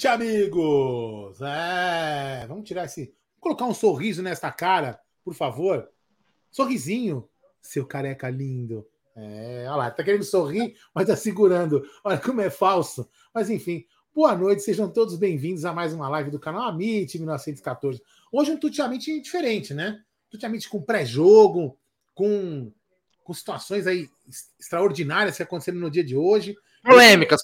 amigos! Vamos tirar esse. Vou colocar um sorriso nesta cara, por favor. Sorrisinho, seu careca lindo. Olha lá, tá querendo sorrir, mas tá segurando. Olha como é falso. Mas enfim, boa noite, sejam todos bem-vindos a mais uma live do canal Amit 1914. Hoje um tuteamente diferente, né? Tuteamente com pré-jogo, com situações aí extraordinárias que aconteceram no dia de hoje. Polêmicas.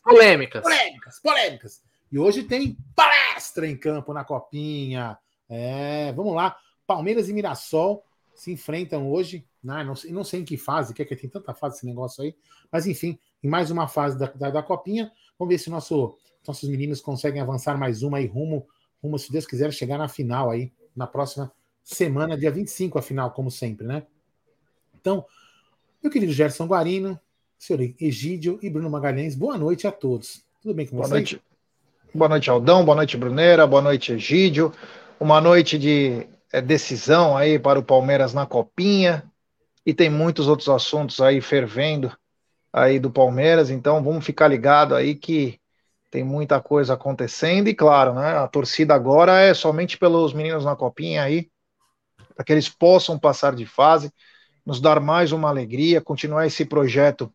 E hoje tem palestra em campo na Copinha. Vamos lá. Palmeiras e Mirassol se enfrentam hoje. Não sei em que fase, que tem tanta fase esse negócio aí. Mas enfim, em mais uma fase da Copinha. Vamos ver se nossos meninos conseguem avançar mais uma aí rumo, se Deus quiser, chegar na final aí, na próxima semana, dia 25, a final, como sempre, né? Então, meu querido Gerson Guarino, senhor Egídio e Bruno Magalhães, boa noite a todos. Tudo bem com vocês? Boa noite, Aldão. Boa noite, Bruneira. Boa noite, Egídio. Uma noite de decisão aí para o Palmeiras na Copinha. E tem muitos outros assuntos aí fervendo aí do Palmeiras. Então vamos ficar ligado aí que tem muita coisa acontecendo. E claro, né, a torcida agora é somente pelos meninos na Copinha aí, para que eles possam passar de fase, nos dar mais uma alegria, continuar esse projeto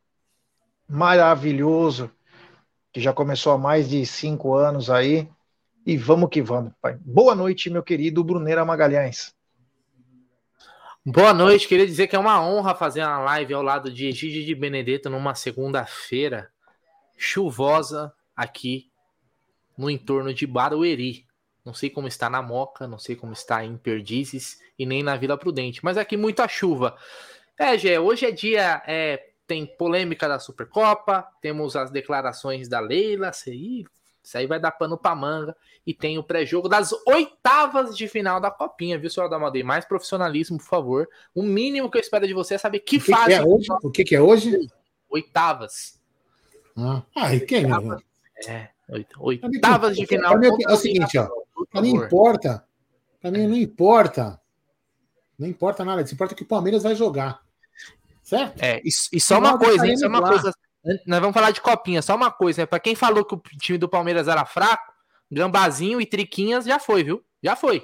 maravilhoso que já começou há mais de 5 anos aí, e vamos que vamos, pai. Boa noite, meu querido Bruneira Magalhães. Boa noite, queria dizer que é uma honra fazer uma live ao lado de Egídio de Benedetto numa segunda-feira chuvosa aqui no entorno de Barueri. Não sei como está na Moca, não sei como está em Perdizes e nem na Vila Prudente, mas aqui muita chuva. Gé, hoje é dia... tem polêmica da Supercopa, temos as declarações da Leila, isso aí vai dar pano pra manga, e tem o pré-jogo das oitavas de final da Copinha, viu, senhor Adamadei? Mais profissionalismo, por favor. O mínimo que eu espero de você é saber que fase... O que é hoje? Oitavas. E quem? Oitavas de final. É o seguinte, ó. Pra mim não importa. Não importa nada, isso importa que o Palmeiras vai jogar. Certo? E só uma coisa, hein? Só uma coisa. Nós vamos falar de Copinha, só uma coisa, né? Pra quem falou que o time do Palmeiras era fraco, Gambazinho e Triquinhas já foi, viu? Já foi.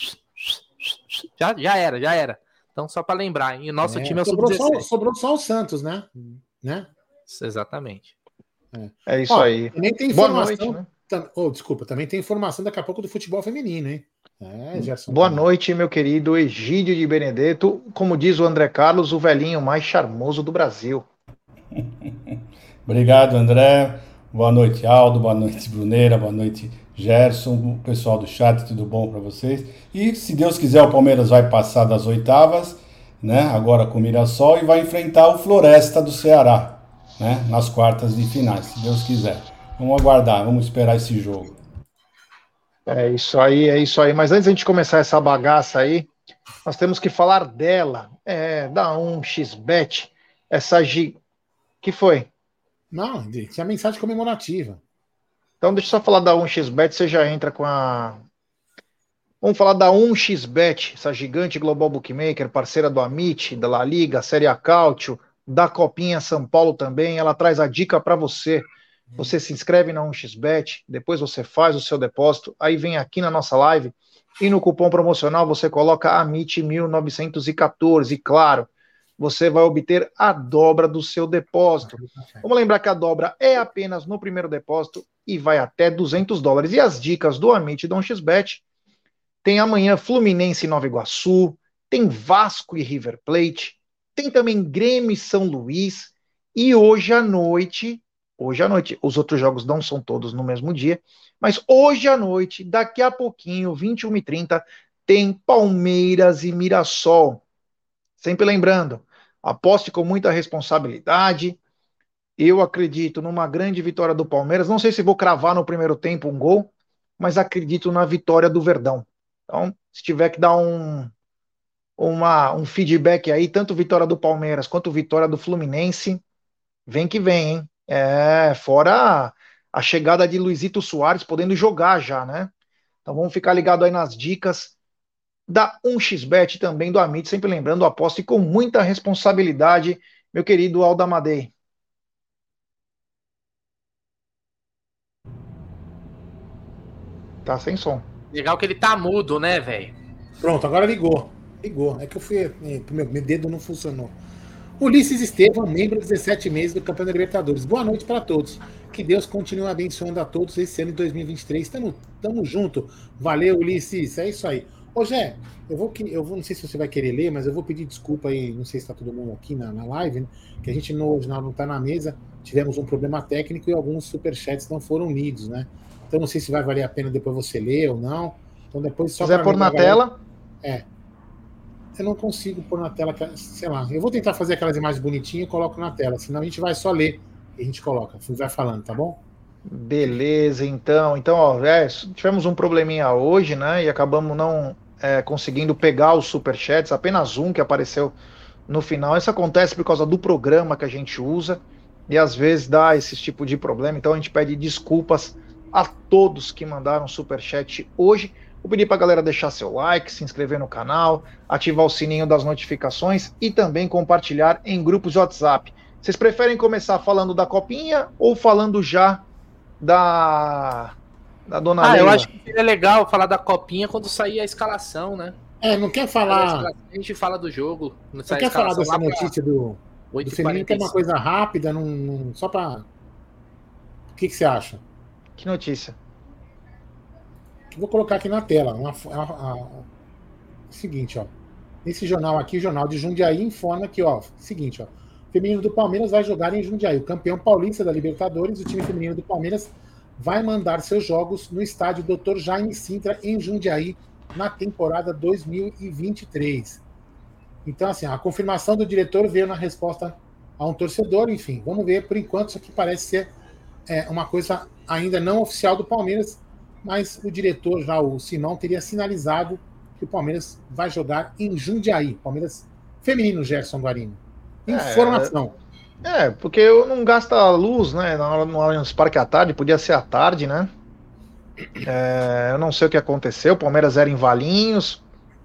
Já era. Então, só pra lembrar, hein? E o nosso time é o Sub-17. Sobrou só o Santos, né? Exatamente. É isso aí. Também tem informação. Boa noite, né? Desculpa, também tem informação daqui a pouco do futebol feminino, hein? Gerson. Boa noite, meu querido Egídio de Benedetto. Como diz o André Carlos, o velhinho mais charmoso do Brasil. Obrigado, André. Boa noite, Aldo. Boa noite, Bruneira. Boa noite, Gerson. Pessoal do chat, tudo bom para vocês? E, se Deus quiser, o Palmeiras vai passar das oitavas, né? Agora com o Mirassol, e vai enfrentar o Floresta do Ceará, né? Nas quartas de finais, se Deus quiser. Vamos aguardar, vamos esperar esse jogo. É isso aí. Mas antes de a gente começar essa bagaça aí, nós temos que falar dela. Da 1xBet. Que foi? Não, tinha mensagem comemorativa. Então deixa eu só falar da 1xBet, você já entra com a... Vamos falar da 1xBet, essa gigante global bookmaker, parceira do Amit, da La Liga, Série A Cautio, da Copinha São Paulo também. Ela traz a dica para você. Você se inscreve na 1xBet, depois você faz o seu depósito, aí vem aqui na nossa live e no cupom promocional você coloca AMIT1914 e claro, você vai obter a dobra do seu depósito. Vamos lembrar que a dobra é apenas no primeiro depósito e vai até $200. E as dicas do Amit da 1xBet tem amanhã Fluminense e Nova Iguaçu, tem Vasco e River Plate, tem também Grêmio e São Luís e hoje à noite, os outros jogos não são todos no mesmo dia, mas hoje à noite, daqui a pouquinho, 21h30, tem Palmeiras e Mirassol. Sempre lembrando, aposte com muita responsabilidade. Eu acredito numa grande vitória do Palmeiras. Não sei se vou cravar no primeiro tempo um gol, mas acredito na vitória do Verdão. Então, se tiver que dar um feedback aí, tanto vitória do Palmeiras quanto vitória do Fluminense, vem que vem, hein? Fora a chegada de Luizito Soares podendo jogar já, né? Então vamos ficar ligado aí nas dicas da 1xBet também do Amit, sempre lembrando, aposte com muita responsabilidade, meu querido Aldo Amadei. Tá sem som. Legal que ele tá mudo, né, velho? Pronto, agora ligou. Ligou. É que eu fui. Meu dedo não funcionou. Ulisses Estevam, membro de 17 meses do Campeão da Libertadores. Boa noite para todos. Que Deus continue abençoando a todos esse ano de 2023. Tamo junto. Valeu, Ulisses. É isso aí. Ô, Gé, não sei se você vai querer ler, mas eu vou pedir desculpa aí. Não sei se está todo mundo aqui na live, né? Que a gente hoje não está na mesa. Tivemos um problema técnico e alguns superchats não foram lidos, né? Então não sei se vai valer a pena depois você ler ou não. Então depois só. Se quiser pôr na tela. Eu não consigo pôr na tela, sei lá. Eu vou tentar fazer aquelas imagens bonitinhas e coloco na tela, senão a gente vai só ler e a gente coloca. Você vai falando, tá bom? Beleza, então. Então, ó, tivemos um probleminha hoje, né? E acabamos não conseguindo pegar os superchats, apenas um que apareceu no final. Isso acontece por causa do programa que a gente usa e às vezes dá esse tipo de problema. Então a gente pede desculpas a todos que mandaram superchat hoje. Vou pedir para a galera deixar seu like, se inscrever no canal, ativar o sininho das notificações e também compartilhar em grupos de WhatsApp. Vocês preferem começar falando da Copinha ou falando já da Dona Leila? Eu acho que seria legal falar da Copinha quando sair a escalação, né? Não quer falar... A gente fala do jogo. Não quer falar dessa notícia do feminino, que é uma coisa rápida, só para... O que você acha? Que notícia? Vou colocar aqui na tela. Seguinte, ó. Esse jornal aqui, o Jornal de Jundiaí, informa que, ó, seguinte, ó. O feminino do Palmeiras vai jogar em Jundiaí. O campeão paulista da Libertadores, o time feminino do Palmeiras, vai mandar seus jogos no estádio Dr. Jaime Sintra, em Jundiaí, na temporada 2023. Então, assim, a confirmação do diretor veio na resposta a um torcedor. Enfim, vamos ver. Por enquanto, isso aqui parece ser uma coisa ainda não oficial do Palmeiras, mas o diretor, já o Simão, teria sinalizado que o Palmeiras vai jogar em Jundiaí. Palmeiras feminino, Gerson Guarino. Informação. Porque eu não gasta luz, né? No Allianz Parque à tarde, podia ser à tarde, né? Eu não sei o que aconteceu. O Palmeiras era em Valinhos,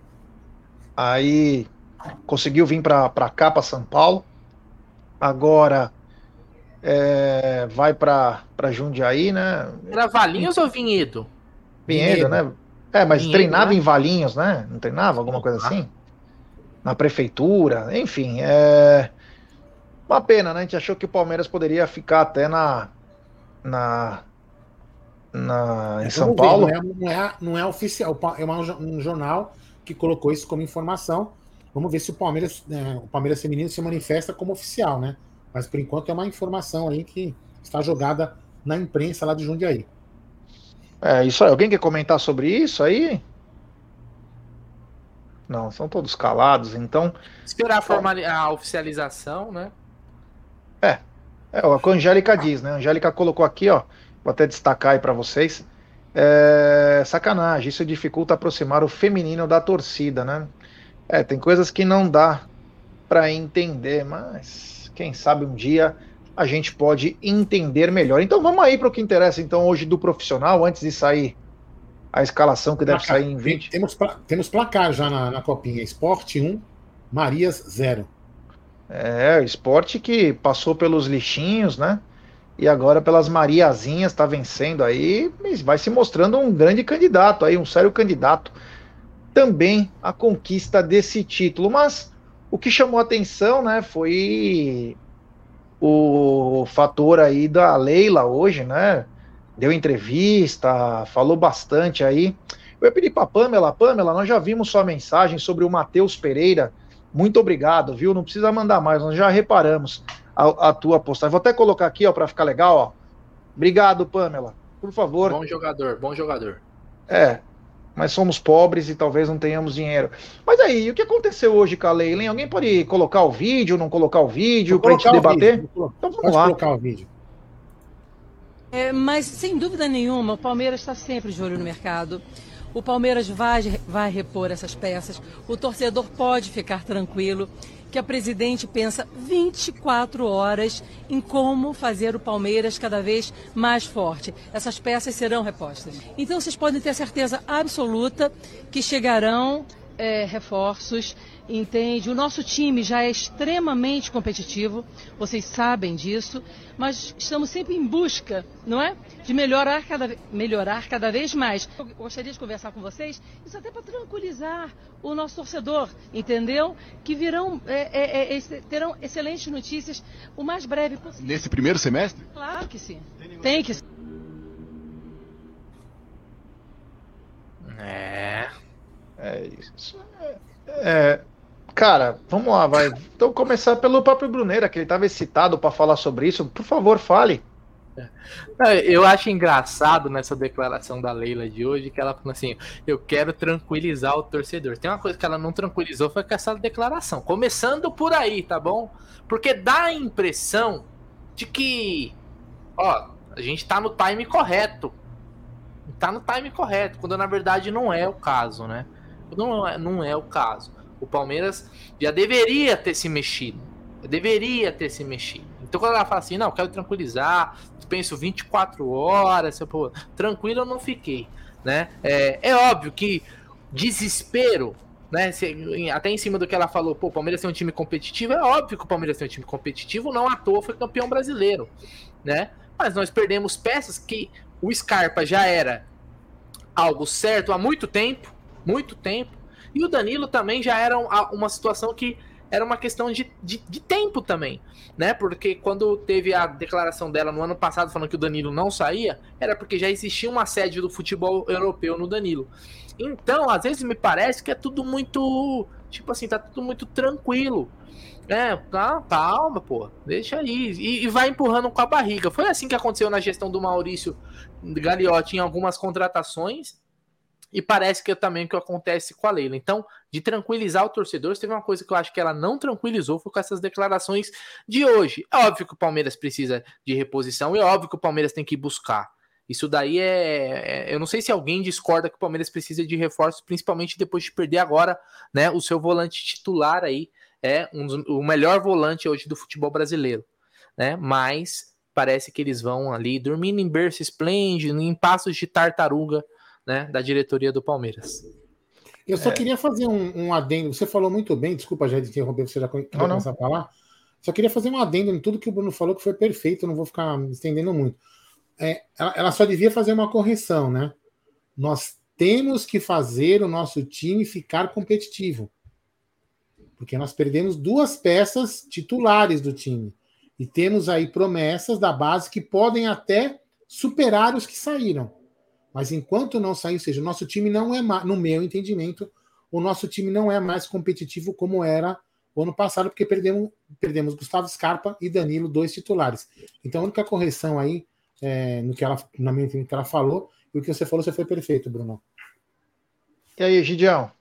aí conseguiu vir para cá, para São Paulo. Agora vai para Jundiaí, né? Era Valinhos ou Vinhedo? Vinhedo, né? Mas Vinhedo, treinava, né? Em Valinhos, né? Não treinava? Alguma coisa assim? Na prefeitura, enfim. Uma pena, né? A gente achou que o Palmeiras poderia ficar até em São Paulo. Não é oficial, é um jornal que colocou isso como informação. Vamos ver se o Palmeiras feminino se manifesta como oficial, né? Mas por enquanto é uma informação aí que está jogada na imprensa lá de Jundiaí. Isso aí. Alguém quer comentar sobre isso aí? Não, são todos calados, então... Esperar a oficialização, né? O que a Angélica diz, né? A Angélica colocou aqui, ó, vou até destacar aí para vocês. Sacanagem, isso dificulta aproximar o feminino da torcida, né? Tem coisas que não dá para entender, mas quem sabe um dia a gente pode entender melhor. Então vamos aí para o que interessa então hoje do profissional, antes de sair a escalação que deve sair em 20. Temos placar já na Copinha. Sport 1, Marias 0. O Sport que passou pelos lixinhos, né? E agora pelas Mariazinhas está vencendo aí, mas vai se mostrando um grande candidato aí, um sério candidato também à conquista desse título. Mas o que chamou a atenção, né, foi o fator aí da Leila hoje, né? Deu entrevista, falou bastante aí. Eu ia pedir para Pamela, nós já vimos sua mensagem sobre o Matheus Pereira. Muito obrigado, viu? Não precisa mandar mais, nós já reparamos a tua postagem. Vou até colocar aqui, ó, para ficar legal, ó. Obrigado, Pamela. Por favor. Bom jogador. Mas somos pobres e talvez não tenhamos dinheiro. Mas aí, o que aconteceu hoje com a Leila, hein? Alguém pode colocar o vídeo, não colocar o vídeo, para a gente debater? Então vamos lá. Colocar o vídeo. Mas, sem dúvida nenhuma, o Palmeiras está sempre de olho no mercado. O Palmeiras vai repor essas peças. O torcedor pode ficar tranquilo que a presidente pensa 24 horas em como fazer o Palmeiras cada vez mais forte. Essas peças serão repostas. Então vocês podem ter certeza absoluta que chegarão reforços, entende? O nosso time já é extremamente competitivo, vocês sabem disso, mas estamos sempre em busca, não é? De melhorar cada vez mais. Eu gostaria de conversar com vocês, isso até para tranquilizar o nosso torcedor, entendeu? Que terão excelentes notícias o mais breve possível. Nesse primeiro semestre? Claro que sim. Tem que sim. É isso. Cara, vamos lá, vai. Então, começar pelo próprio Bruneira, que ele estava excitado para falar sobre isso. Por favor, fale. Eu acho engraçado nessa declaração da Leila de hoje que ela falou assim: eu quero tranquilizar o torcedor. Tem uma coisa que ela não tranquilizou, foi com essa declaração. Começando por aí, tá bom? Porque dá a impressão de que, a gente tá no time correto. Tá no time correto, quando na verdade não é o caso, né? Não é o caso. O Palmeiras já deveria ter se mexido. Então quando ela fala assim, não, quero tranquilizar, penso 24 horas, tranquilo eu não fiquei, né? É óbvio que desespero, né? Até em cima do que ela falou, o Palmeiras tem um time competitivo, é óbvio que o Palmeiras tem um time competitivo, não à toa foi campeão brasileiro, né? Mas nós perdemos peças que o Scarpa já era algo certo há muito tempo, e o Danilo também já era uma situação que era uma questão de tempo também, né? Porque quando teve a declaração dela no ano passado falando que o Danilo não saía, era porque já existia um assédio do futebol europeu no Danilo. Então, às vezes me parece que é tudo muito, tipo assim, tá tudo muito tranquilo. Calma, deixa aí. E vai empurrando com a barriga. Foi assim que aconteceu na gestão do Maurício Gagliotti em algumas contratações. E parece que também que acontece com a Leila. Então, de tranquilizar o torcedor, teve uma coisa que eu acho que ela não tranquilizou, foi com essas declarações de hoje. É óbvio que o Palmeiras precisa de reposição, e é óbvio que o Palmeiras tem que buscar. Isso daí eu não sei se alguém discorda que o Palmeiras precisa de reforços, principalmente depois de perder agora, né, o seu volante titular aí, o melhor volante hoje do futebol brasileiro, né? Mas parece que eles vão ali dormindo em berço esplêndido, em passos de tartaruga, né, da diretoria do Palmeiras. Eu só queria fazer um adendo. Você falou muito bem, desculpa já de interromper, você já começar a falar. Só queria fazer um adendo em tudo que o Bruno falou, que foi perfeito, eu não vou ficar me estendendo muito. Ela só devia fazer uma correção, né? Nós temos que fazer o nosso time ficar competitivo. Porque nós perdemos 2 peças titulares do time. E temos aí promessas da base que podem até superar os que saíram. Mas enquanto não sair, ou seja, o nosso time não é mais, no meu entendimento, o nosso time não é mais competitivo como era o ano passado, porque perdemos Gustavo Scarpa e Danilo, 2 titulares. Então a única correção aí, no que ela, na minha opinião, que ela falou, e o que você falou, você foi perfeito, Bruno. E aí, Gidião?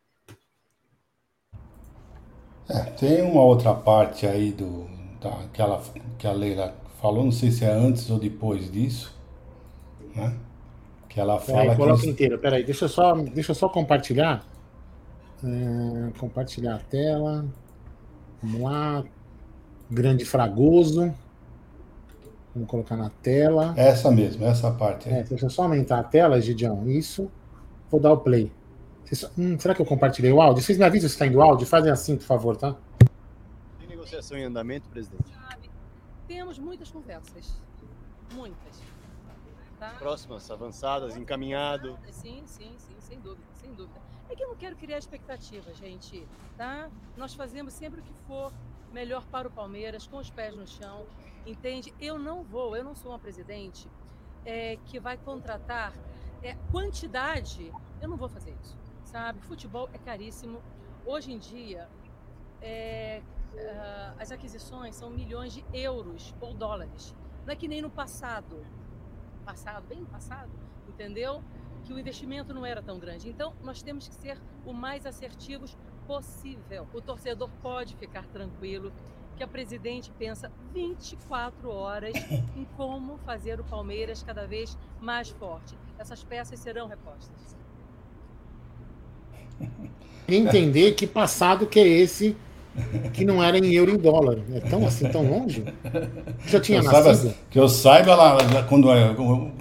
Tem uma outra parte aí que a Leila falou, não sei se é antes ou depois disso, né? Que ela fala coloca inteiro, peraí, deixa eu só compartilhar. Compartilhar a tela. Vamos lá. Grande Fragoso. Vamos colocar na tela. Essa mesmo, essa parte aí. Deixa eu só aumentar a tela, Gidião. Isso. Vou dar o play. Será que eu compartilhei o áudio? Vocês me avisam se está indo áudio? Fazem assim, por favor, tá? Tem negociação em andamento, presidente? Temos muitas conversas. Muitas. Tá? Próximas, avançadas, encaminhado. Sim, sem dúvida. É que eu não quero criar expectativa, gente, tá? Nós fazemos sempre o que for melhor para o Palmeiras, com os pés no chão, entende? Eu não sou uma presidente que vai contratar quantidade, eu não vou fazer isso, sabe? Futebol é caríssimo. Hoje em dia, as aquisições são milhões de euros ou dólares. Não é que nem no bem no passado, entendeu? Que o investimento não era tão grande. Então, nós temos que ser o mais assertivos possível. O torcedor pode ficar tranquilo que a presidente pensa 24 horas em como fazer o Palmeiras cada vez mais forte. Essas peças serão repostas. Entender que passado que é esse que não era em euro e dólar. É tão assim, tão longe? Já tinha nascido? Que eu saiba, lá, quando é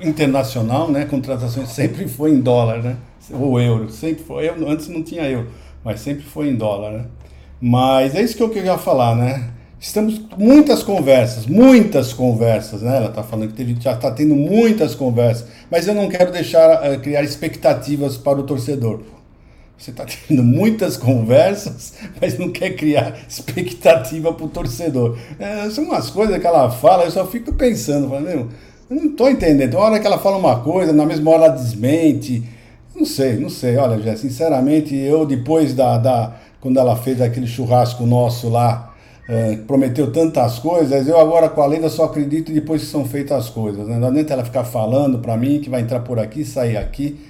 internacional, né, contratações sempre foi em dólar, né? Ou euro, sempre foi. Antes não tinha euro. mas sempre foi em dólar, né? Mas é isso que eu queria falar, né? Estamos muitas conversas, né? Ela está falando que já está tendo muitas conversas, mas eu não quero deixar criar expectativas para o torcedor. Você está tendo muitas conversas, mas não quer criar expectativa para o torcedor. São umas coisas que ela fala, eu só fico pensando, eu não estou entendendo. Uma hora que ela fala uma coisa, na mesma hora ela desmente. Não sei. Olha, Jé, sinceramente, eu depois quando ela fez aquele churrasco nosso lá, prometeu tantas coisas, eu agora com a Lenda só acredito depois que são feitas as coisas, né? Não adianta ela ficar falando para mim que vai entrar por aqui, sair aqui,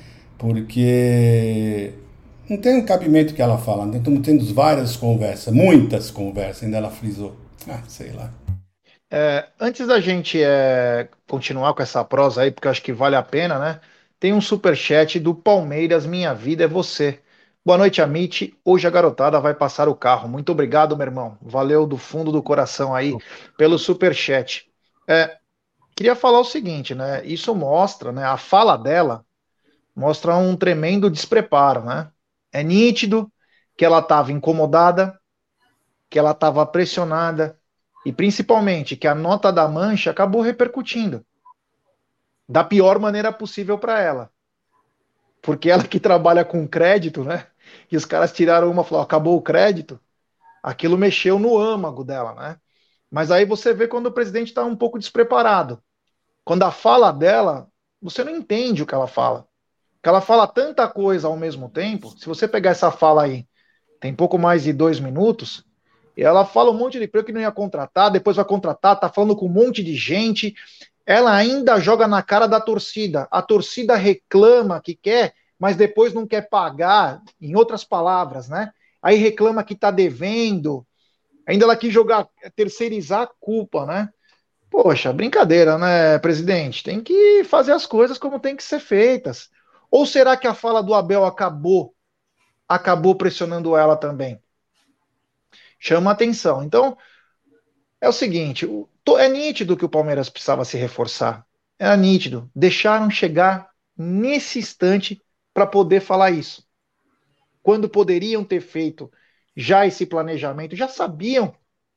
porque não tem um cabimento que ela fala, né? Estamos tendo várias conversas, muitas conversas, ainda ela frisou. Sei lá. Antes da gente continuar com essa prosa aí, porque eu acho que vale a pena, né? Tem um superchat do Palmeiras, Minha Vida é Você. Boa noite, Amit. Hoje a garotada vai passar o carro. Muito obrigado, meu irmão. Valeu do fundo do coração aí pelo superchat. Queria falar o seguinte, né? Isso mostra, né? A fala dela mostra um tremendo despreparo, né? É nítido que ela estava incomodada, que ela estava pressionada e principalmente que a nota da Mancha acabou repercutindo da pior maneira possível para ela. Porque ela que trabalha com crédito, né? E os caras tiraram uma e falaram, acabou o crédito. Aquilo mexeu no âmago dela, né? Mas aí você vê quando o presidente está um pouco despreparado. Quando a fala dela, você não entende o que ela fala. Porque ela fala tanta coisa ao mesmo tempo. Se você pegar essa fala aí, tem pouco mais de 2 minutos, e ela fala um monte de emprego que não ia contratar, depois vai contratar, tá falando com um monte de gente. Ela ainda joga na cara da torcida. A torcida reclama que quer, mas depois não quer pagar, em outras palavras, né? Aí reclama que tá devendo. Ainda ela quis terceirizar a culpa, né? Poxa, brincadeira, né, presidente? Tem que fazer as coisas como tem que ser feitas. Ou será que a fala do Abel acabou pressionando ela também? Chama atenção. Então, é o seguinte, é nítido que o Palmeiras precisava se reforçar. Era nítido. Deixaram chegar nesse instante para poder falar isso. Quando poderiam ter feito já esse planejamento, já sabiam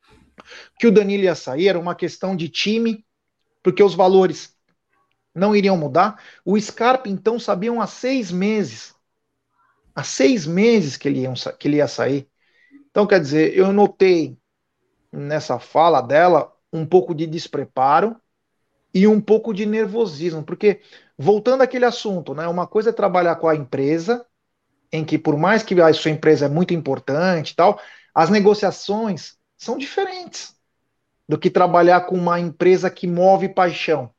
que o Danilo ia sair, era uma questão de time, porque os valores não iriam mudar. O Scarpa, então, sabiam há 6 meses. Há 6 meses que ele ia sair. Então, quer dizer, eu notei nessa fala dela um pouco de despreparo e um pouco de nervosismo, porque, voltando àquele assunto, né, uma coisa é trabalhar com a empresa, em que por mais que a sua empresa é muito importante e tal, as negociações são diferentes do que trabalhar com uma empresa que move paixão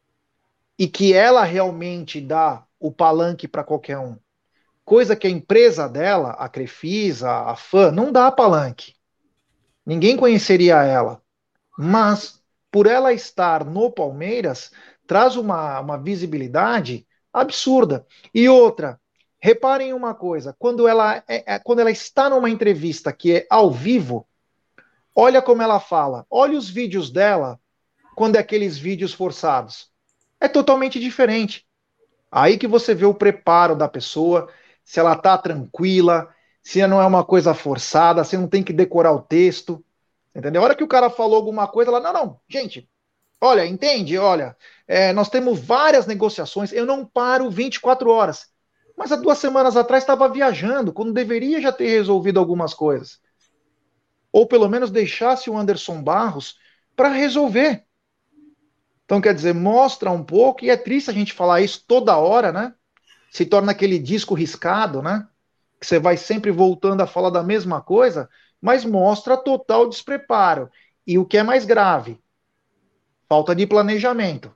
e que ela realmente dá o palanque para qualquer um. Coisa que a empresa dela, a Crefisa, a FAM, não dá palanque. Ninguém conheceria ela. Mas, por ela estar no Palmeiras, traz uma visibilidade absurda. E outra, reparem uma coisa, quando ela está numa entrevista que é ao vivo, olha como ela fala, olha os vídeos dela, quando é aqueles vídeos forçados. É totalmente diferente. Aí que você vê o preparo da pessoa, se ela está tranquila, se não é uma coisa forçada, se não tem que decorar o texto. Entendeu? A hora que o cara falou alguma coisa, ela, não, gente, olha, entende? Olha, nós temos várias negociações, eu não paro 24 horas. Mas há 2 semanas atrás estava viajando, quando deveria já ter resolvido algumas coisas. Ou pelo menos deixasse o Anderson Barros para resolver. Então, quer dizer, mostra um pouco, e é triste a gente falar isso toda hora, né? Se torna aquele disco riscado, né? Que você vai sempre voltando a falar da mesma coisa, mas mostra total despreparo. E o que é mais grave, falta de planejamento.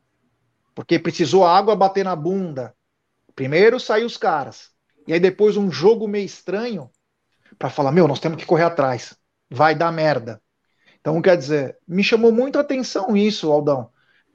Porque precisou a água bater na bunda. Primeiro saiu os caras. E aí depois um jogo meio estranho para falar, nós temos que correr atrás. Vai dar merda. Então, quer dizer, me chamou muito a atenção isso, Aldão.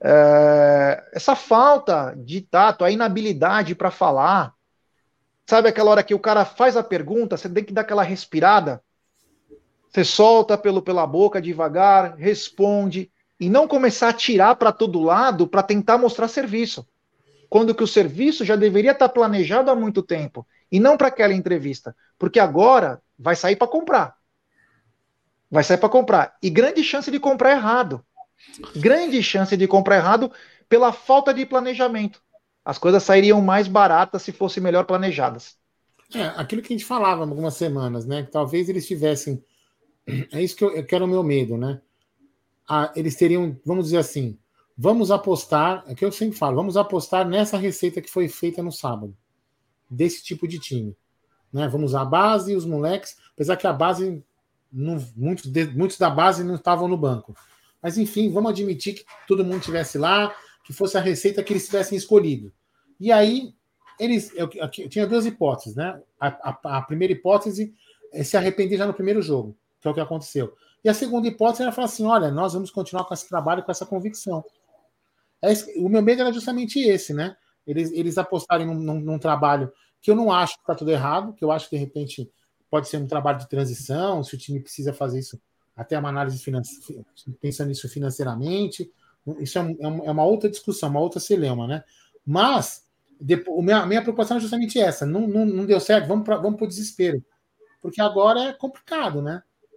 Essa falta de tato, a inabilidade para falar. Sabe aquela hora que o cara faz a pergunta, você tem que dar aquela respirada? Você solta pela boca devagar, responde, e não começar a tirar para todo lado para tentar mostrar serviço. Quando que o serviço já deveria estar planejado há muito tempo. e não para aquela entrevista, porque agora vai sair para comprar. Vai sair para comprar. E grande chance de comprar errado. Grande chance de comprar errado pela falta de planejamento. As coisas sairiam mais baratas se fossem melhor planejadas. Aquilo que a gente falava há algumas semanas, né? Que talvez eles tivessem. É isso que eu quero o meu medo, né? Eles teriam, vamos dizer assim, vamos apostar, é o que eu sempre falo, vamos apostar nessa receita que foi feita no sábado, desse tipo de time. Né? Vamos usar a base e os moleques, apesar que a base, muitos da base não estavam no banco. Mas enfim, vamos admitir que todo mundo estivesse lá, que fosse a receita que eles tivessem escolhido. E aí, eu tinha duas hipóteses, né? A primeira hipótese é se arrepender já no primeiro jogo, que é o que aconteceu. E a segunda hipótese era falar assim, olha, nós vamos continuar com esse trabalho, com essa convicção. O meu medo era justamente esse, né? Eles apostarem num trabalho que eu não acho que está tudo errado, que eu acho que, de repente, pode ser um trabalho de transição, se o time precisa fazer isso, até uma análise financeira, pensando nisso financeiramente. Isso é uma outra discussão, uma outra celeuma, né? Mas a minha preocupação é justamente essa. Não deu certo, vamos para o desespero. Porque agora é complicado, né?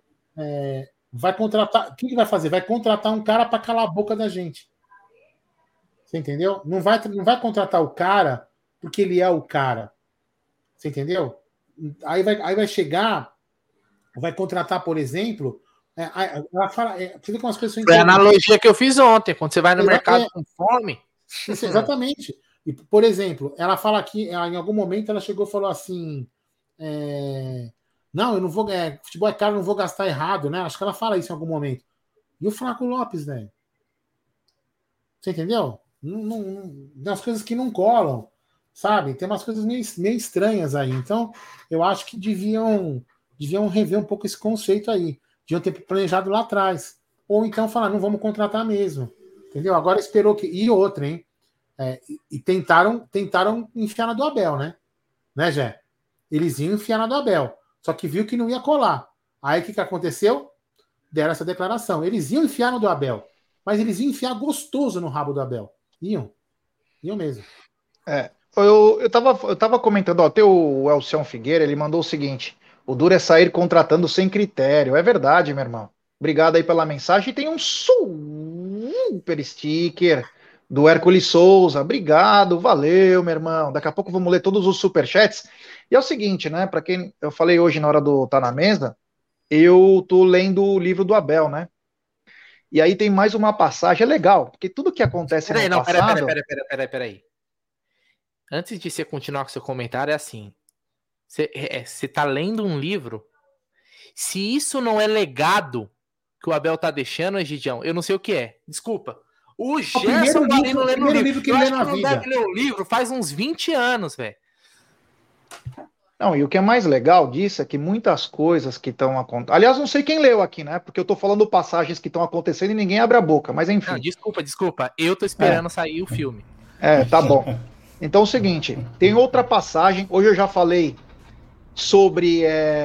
Vai contratar. O que vai fazer? Vai contratar um cara para calar a boca da gente. Você entendeu? Não vai contratar o cara porque ele é o cara. Você entendeu? Aí vai chegar, vai contratar, por exemplo. Você vê como as pessoas. Foi a analogia que eu fiz ontem. Quando você vai no mercado com fome. Isso, exatamente. E, por exemplo, ela fala aqui, em algum momento ela chegou e falou assim. Não, eu não vou. Futebol é caro, eu não vou gastar errado, né? Acho que ela fala isso em algum momento. E o Flaco Lopes, velho? Você entendeu? Tem umas coisas que não colam, sabe? Tem umas coisas meio estranhas aí. Então, eu acho que deviam rever um pouco esse conceito aí. Deviam ter planejado lá atrás. Ou então falar, não vamos contratar mesmo. Entendeu? Agora esperou que. E outra, hein? E tentaram enfiar na do Abel, né? Né, Jé? Eles iam enfiar na do Abel. Só que viu que não ia colar. Aí o que aconteceu? Deram essa declaração. Eles iam enfiar no do Abel. Mas eles iam enfiar gostoso no rabo do Abel. Iam mesmo. Eu tava comentando, até o Elcião Figueira, ele mandou o seguinte: o duro é sair contratando sem critério. É verdade, meu irmão. Obrigado aí pela mensagem. E tem um super sticker do Hércules Souza. Obrigado, valeu, meu irmão. Daqui a pouco vamos ler todos os superchats. E é o seguinte, né? Para quem eu falei hoje na hora do Tá na Mesa, eu tô lendo o livro do Abel, né? E aí tem mais uma passagem, é legal, porque tudo que acontece no passado... Peraí. Antes de você continuar com seu comentário, é assim, você tá lendo um livro, se isso não é legado que o Abel tá deixando, Egidião, eu não sei o que é, desculpa. O Gerson Marino lendo o livro que ele lê na vida. Eu acho que não deve ler o livro faz uns 20 anos, velho. Não, e o que é mais legal disso é que muitas coisas que estão acontecendo... Aliás, não sei quem leu aqui, né? Porque eu tô falando passagens que estão acontecendo e ninguém abre a boca, mas enfim. Não, desculpa. Eu tô esperando sair o filme. Tá bom. Então é o seguinte, tem outra passagem, hoje eu já falei sobre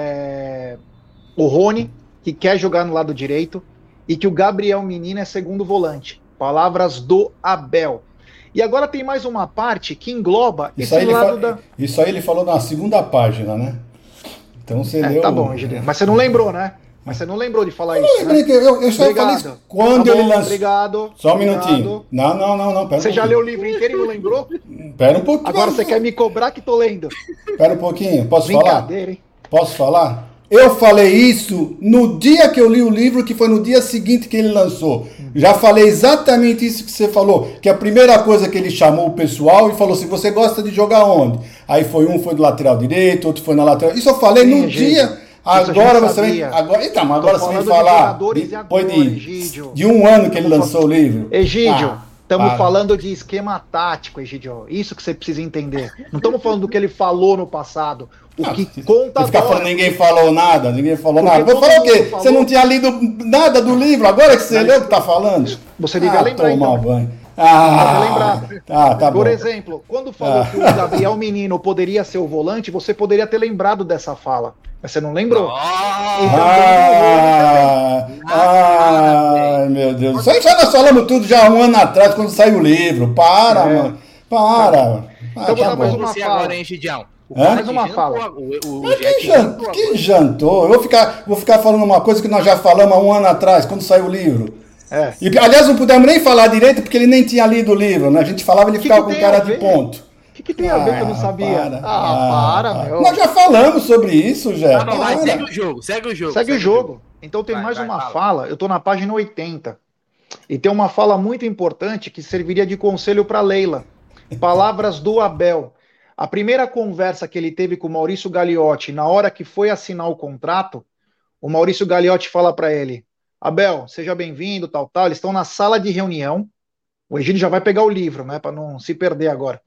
o Rony, que quer jogar no lado direito, e que o Gabriel Menino é segundo volante. Palavras do Abel. E agora tem mais uma parte que engloba esse lado Isso aí ele falou na segunda página, né? Então você leu... Tá bom, Gideon. Mas você não lembrou, né? Mas você não lembrou de falar isso, né? Eu só falei isso quando ele lançou... Obrigado. Só um minutinho. Não, pera Você já leu o livro inteiro e não lembrou? Pera um pouquinho. Agora você quer me cobrar que tô lendo. Pera um pouquinho, posso Brincadeira, falar? Hein? Posso falar? Eu falei isso no dia que eu li o livro, que foi no dia seguinte que ele lançou. Já falei exatamente isso que você falou, que a primeira coisa que ele chamou o pessoal e falou assim, você gosta de jogar onde? Aí foi do lateral direito, outro foi na lateral... Isso eu falei no dia... Agora você vem... Agora você vem falar depois de um ano que ele lançou o livro. Egídio, estamos falando de esquema tático, Egídio. Isso que você precisa entender. Não estamos falando do que ele falou no passado. O que conta agora. Falando, ninguém falou nada. Vou falar o quê? Você não tinha lido nada do livro, agora que você leu o que está falando? Você devia lembrar, então. Banho. Por exemplo, quando falou que o Gabriel Menino poderia ser o volante, você poderia ter lembrado dessa fala. Mas você não lembrou. Meu Deus. Isso aí nós falamos tudo já um ano atrás, quando saiu o livro. Mano. Para. Então vou dar mais uma fala. Agora, hein, Gidião? Mais uma fala. Quem jantou? Eu vou ficar falando uma coisa que nós já falamos há um ano atrás, quando saiu o livro. E, aliás, não pudemos nem falar direito, porque ele nem tinha lido o livro, né? A gente falava e ele ficava com cara de ponto. O que tem a ver que eu não sabia? Para, meu. Nós já falamos sobre isso, já. Segue o jogo, segue o jogo. Então tem mais uma fala, eu tô na página 80. E tem uma fala muito importante que serviria de conselho para Leila. Palavras do Abel. A primeira conversa que ele teve com o Maurício Gagliotti, na hora que foi assinar o contrato, o Maurício Gagliotti fala para ele: Abel, seja bem-vindo, tal. Eles estão na sala de reunião. O Egídio já vai pegar o livro, né, para não se perder agora.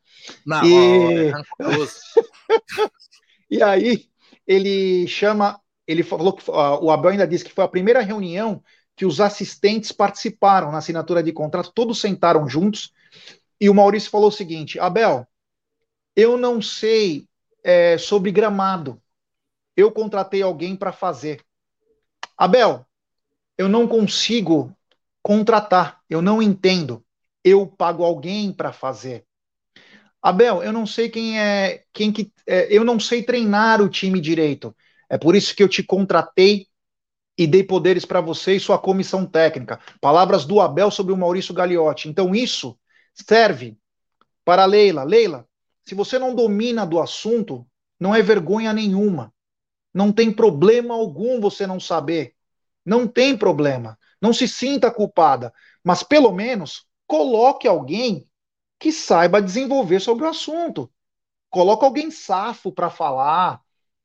E aí ele falou que o Abel ainda disse que foi a primeira reunião que os assistentes participaram na assinatura de contrato, todos sentaram juntos, e o Maurício falou o seguinte: Abel, eu não sei sobre gramado, eu contratei alguém para fazer. Abel, eu não consigo contratar, eu não entendo, eu pago alguém para fazer. Abel, eu não sei eu não sei treinar o time direito, é por isso que eu te contratei e dei poderes para você e sua comissão técnica. Palavras do Abel sobre o Maurício Gagliotti. Então isso serve para a Leila. Leila, se você não domina do assunto, não é vergonha nenhuma. Não tem problema algum você não saber. Não tem problema. Não se sinta culpada. Mas pelo menos coloque alguém que saiba desenvolver sobre o assunto. Coloque alguém safo para falar.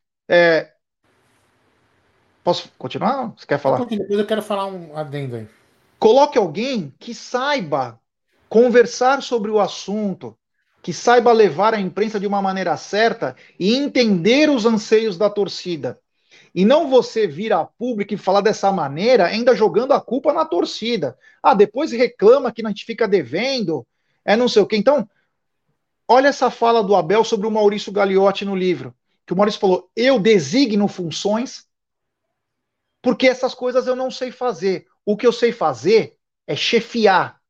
Posso continuar? Você quer falar? Depois eu quero falar um adendo aí. Coloque alguém que saiba conversar sobre o assunto, que saiba levar a imprensa de uma maneira certa e entender os anseios da torcida. E não você vir a público e falar dessa maneira, ainda jogando a culpa na torcida. Depois reclama que a gente fica devendo, não sei o quê. Então, olha essa fala do Abel sobre o Maurício Gagliotti no livro, que o Maurício falou: eu designo funções porque essas coisas eu não sei fazer. O que eu sei fazer é chefiar,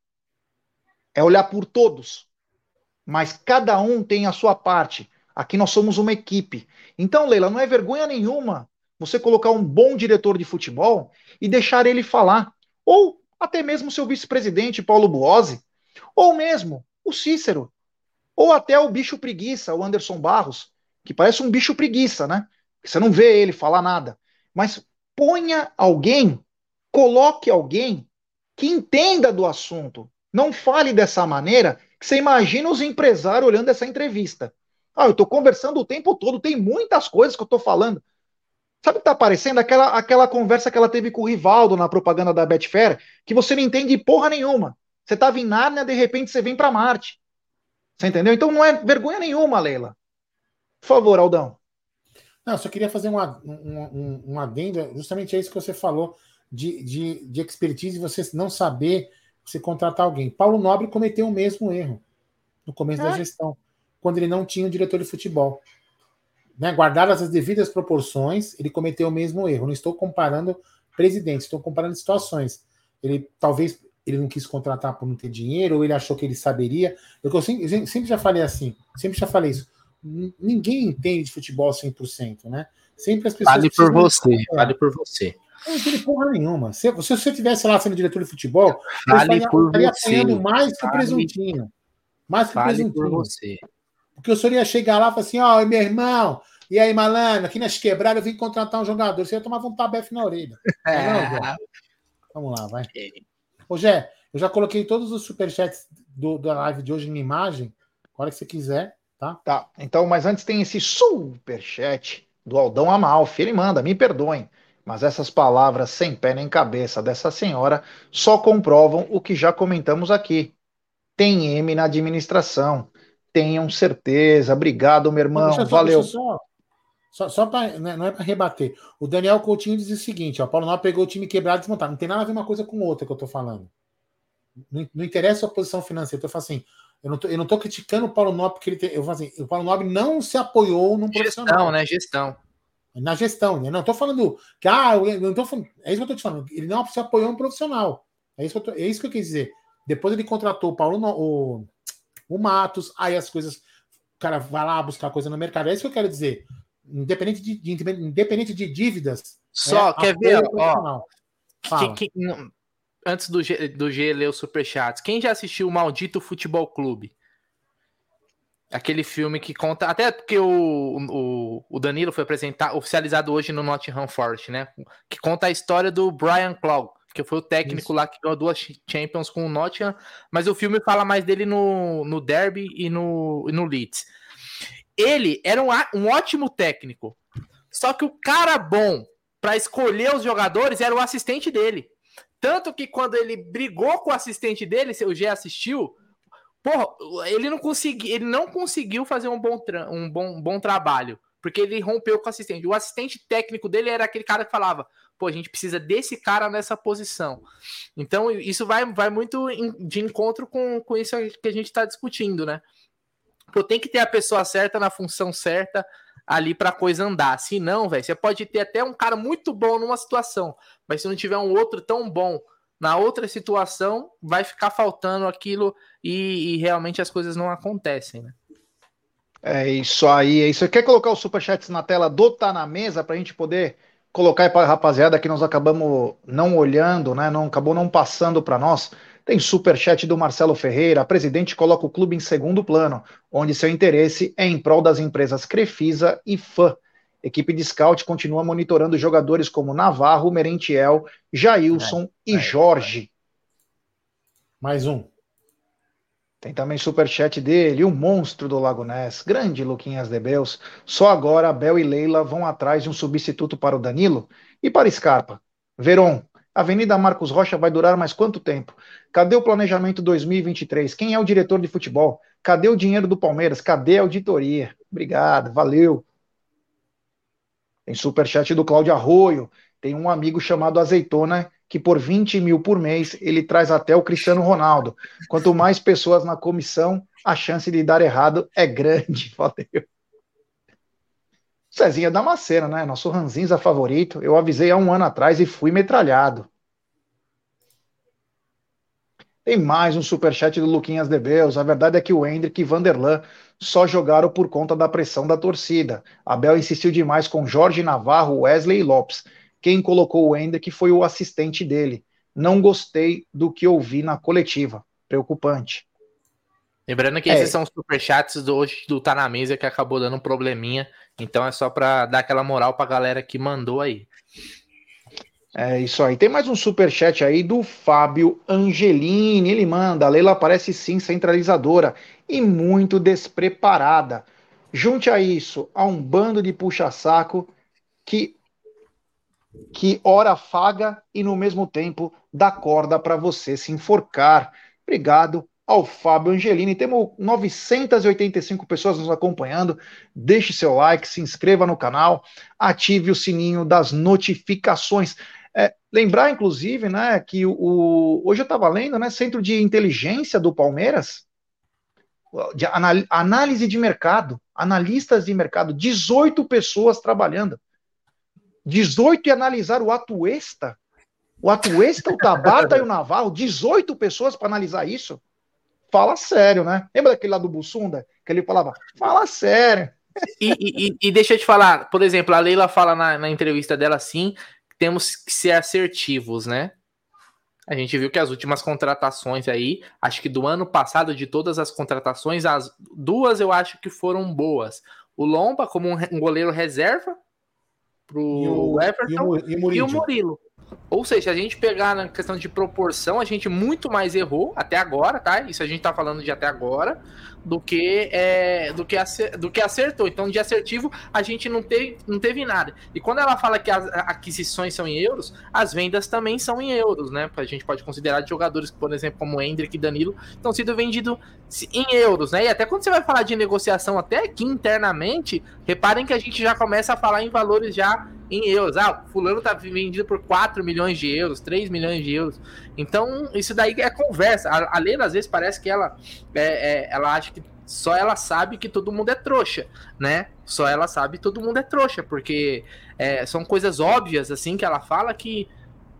é olhar por todos. Mas cada um tem a sua parte. Aqui nós somos uma equipe. Então, Leila, não é vergonha nenhuma você colocar um bom diretor de futebol e deixar ele falar. Ou até mesmo seu vice-presidente, Paulo Buozzi, ou mesmo o Cícero, ou até o bicho preguiça, o Anderson Barros, que parece um bicho preguiça, né? Você não vê ele falar nada. Mas ponha alguém, coloque alguém que entenda do assunto. Não fale dessa maneira que você imagina os empresários olhando essa entrevista. Eu estou conversando o tempo todo, tem muitas coisas que eu estou falando. Sabe o que está parecendo? Aquela conversa que ela teve com o Rivaldo na propaganda da Betfair, que você não entende porra nenhuma. Você estava em Nárnia, de repente você vem para Marte. Você entendeu? Então não é vergonha nenhuma, Leila. Por favor, Aldão. Não, eu só queria fazer um adendo, justamente é isso que você falou, de expertise, você não saber você contratar alguém. Paulo Nobre cometeu o mesmo erro no começo da gestão, quando ele não tinha um diretor de futebol. Né? Guardadas as devidas proporções, ele cometeu o mesmo erro. Não estou comparando presidentes, estou comparando situações. Talvez ele não quis contratar por não ter dinheiro, ou ele achou que ele saberia. Eu sempre já falei assim, sempre já falei isso. Ninguém entende de futebol 100%, né? Sempre as pessoas... Vale por você. Não entende porra nenhuma. Se você estivesse lá sendo diretor de futebol, eu estaria apanhando mais que o presuntinho. Mais que o presuntinho. Por você. Porque o senhor ia chegar lá e falar assim: meu irmão, e aí, malandro, aqui nas quebradas eu vim contratar um jogador. Você ia tomar um tabefe na orelha. Vamos lá, vai. Ô, Gé, eu já coloquei todos os superchats da live de hoje em imagem. A hora que você quiser, tá? Tá, então, mas antes tem esse superchat do Aldão Amalfi. Ele manda: me perdoem, mas essas palavras sem pé nem cabeça dessa senhora só comprovam o que já comentamos aqui. Tem M na administração. Tenham certeza. Obrigado, meu irmão. Valeu. Só para, não é para rebater. O Daniel Coutinho diz o seguinte: o Paulo Nobre pegou o time quebrado e desmontado. Não tem nada a ver uma coisa com outra que eu estou falando. Não interessa a posição financeira. Eu estou falando assim, eu não estou criticando o Paulo Nobre porque eu falo assim, o Paulo Nobre não se apoiou num profissional. Gestão. Na gestão, né? Não estou falando que eu não tô falando, é isso que eu estou te falando. Ele não se apoiou em um profissional. É isso que eu quis dizer. Depois ele contratou o Matos, aí as coisas cara vai lá buscar coisa no mercado. É isso que eu quero dizer. Independente de dívidas. Só, quer ver? Ó, Fala. Antes do G ler os superchats, quem já assistiu o Maldito Futebol Clube? Aquele filme que conta... Até porque o Danilo foi oficializado hoje no Nottingham Forest, né? Que conta a história do Brian Clough, que foi o técnico lá que ganhou 2 Champions com o Nottingham, mas o filme fala mais dele no Derby e no Leeds. Ele era um ótimo técnico, só que o cara bom para escolher os jogadores era o assistente dele. Tanto que quando ele brigou com o assistente dele, se o G assistiu, porra, ele não conseguiu fazer um bom trabalho, porque ele rompeu com o assistente. O assistente técnico dele era aquele cara que falava, pô, a gente precisa desse cara nessa posição. Então, isso vai muito de encontro com isso que a gente está discutindo, né? Pô, tem que ter a pessoa certa na função certa ali pra coisa andar. Se não, velho, você pode ter até um cara muito bom numa situação, mas se não tiver um outro tão bom na outra situação, vai ficar faltando aquilo e realmente as coisas não acontecem, né? É isso aí, é isso. Você quer colocar os superchats na tela do Tá Na Mesa pra gente poder colocar aí pra rapaziada que nós acabamos não olhando, né? Acabou não passando pra nós. Tem superchat do Marcelo Ferreira. Presidente coloca o clube em segundo plano, onde seu interesse é em prol das empresas Crefisa e FAM. Equipe de scout continua monitorando jogadores como Navarro, Merentiel, Jailson e Jorge. Mais um. Tem também superchat dele, o monstro do Lago Ness, grande Luquinhas de Beus. Só agora Abel e Leila vão atrás de um substituto para o Danilo e para Scarpa. Veron, Avenida Marcos Rocha vai durar mais quanto tempo? Cadê o planejamento 2023? Quem é o diretor de futebol? Cadê o dinheiro do Palmeiras? Cadê a auditoria? Obrigado, valeu. Tem superchat do Cláudio Arroio. Tem um amigo chamado Azeitona que por 20 mil por mês ele traz até o Cristiano Ronaldo. Quanto mais pessoas na comissão, a chance de dar errado é grande. Valeu. Cezinha Damasceno, né? Nosso ranzinza favorito. Eu avisei há um ano atrás e fui metralhado. Tem mais um superchat do Luquinhas de Beus. A verdade é que o Hendrick e Vanderlan só jogaram por conta da pressão da torcida. Abel insistiu demais com Jorge Navarro, Wesley e Lopes. Quem colocou o Hendrick foi o assistente dele. Não gostei do que ouvi na coletiva. Preocupante. Lembrando que esses são os superchats hoje do Tá Na Mesa que acabou dando um probleminha. Então é só pra dar aquela moral pra galera que mandou aí. É isso aí. Tem mais um superchat aí do Fábio Angelini. Ele manda: a Leila parece sim centralizadora e muito despreparada. Junte a isso a um bando de puxa-saco que ora afaga e no mesmo tempo dá corda para você se enforcar. Obrigado ao Fábio Angelini. Temos 985 pessoas nos acompanhando. Deixe seu like, se inscreva no canal, ative o sininho das notificações. Lembrar, inclusive, né, que hoje eu estava lendo, né, Centro de Inteligência do Palmeiras, de análise de mercado, analistas de mercado, 18 pessoas trabalhando. 18 e analisar o Atuesta, o Tabata e o Navarro, 18 pessoas para analisar isso. Fala sério, né? Lembra daquele lá do Bussunda? Que ele falava, fala sério. E deixa eu te falar, por exemplo, a Leila fala na entrevista dela assim, temos que ser assertivos, né? A gente viu que as últimas contratações aí, acho que do ano passado, de todas as contratações, as 2 eu acho que foram boas. O Lomba como um goleiro reserva pro Everton e o Murilo. Ou seja, se a gente pegar na questão de proporção, a gente muito mais errou até agora, tá? Isso a gente tá falando de até agora, do que acertou. Então, de assertivo, a gente não teve nada. E quando ela fala que as aquisições são em euros, as vendas também são em euros, né? A gente pode considerar de jogadores, por exemplo, como o Hendrick e Danilo, estão sendo vendidos em euros, né? E até quando você vai falar de negociação, até aqui internamente, reparem que a gente já começa a falar em valores já em euros. Ah, o fulano tá vendido por 4 milhões de euros, 3 milhões de euros. Então, isso daí é conversa. A Leila, às vezes, parece que ela acha que só ela sabe que todo mundo é trouxa, né? Só ela sabe que todo mundo é trouxa, porque são coisas óbvias, assim, que ela fala que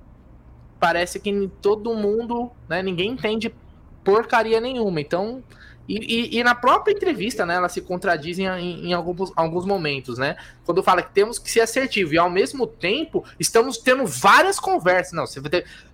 parece que todo mundo, né, ninguém entende porcaria nenhuma. Então, E na própria entrevista, né, ela se contradiz em alguns momentos, né? Quando fala que temos que ser assertivo e ao mesmo tempo estamos tendo várias conversas. Não, se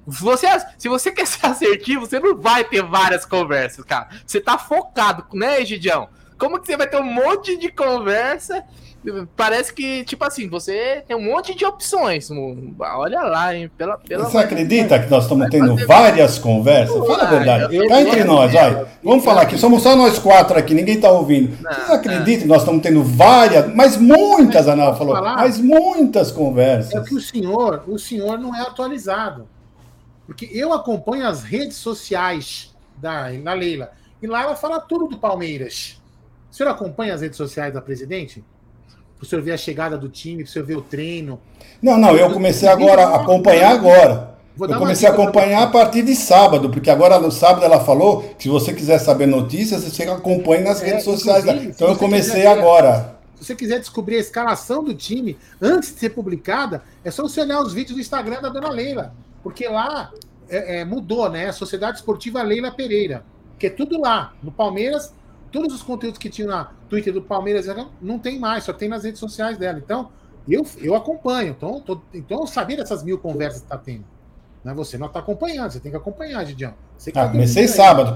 você quer ser assertivo, você não vai ter várias conversas, cara. Você tá focado, né, Egidião? Como que você vai ter um monte de conversa? Parece que, tipo assim, você tem um monte de opções. Olha lá, hein? Você acredita que nós estamos tendo várias conversas? Fala a verdade. Cá entre nós, vai. Vamos falar aqui. Somos só nós 4 aqui, ninguém está ouvindo. Vocês acreditam que nós estamos tendo várias, mas muitas, a Ana falou, mas muitas conversas. É que o senhor não é atualizado. Porque eu acompanho as redes sociais da Leila. E lá ela fala tudo do Palmeiras. O senhor acompanha as redes sociais da presidente? Para o senhor ver a chegada do time, para o senhor ver o treino. Não, eu comecei agora a acompanhar agora. Eu comecei a acompanhar a partir de sábado, porque agora no sábado ela falou que se você quiser saber notícias, você acompanha nas redes sociais. Então eu comecei agora. Se você quiser descobrir a escalação do time antes de ser publicada, é só você olhar os vídeos do Instagram da dona Leila. Porque lá mudou, né? A Sociedade Esportiva Leila Pereira. Que é tudo lá. No Palmeiras, todos os conteúdos que tinham na Twitter do Palmeiras não tem mais, só tem nas redes sociais dela. Então, eu acompanho. Então eu sabia dessas 1000 conversas que está tendo. Não é você não está acompanhando, você tem que acompanhar, Gidião. Comecei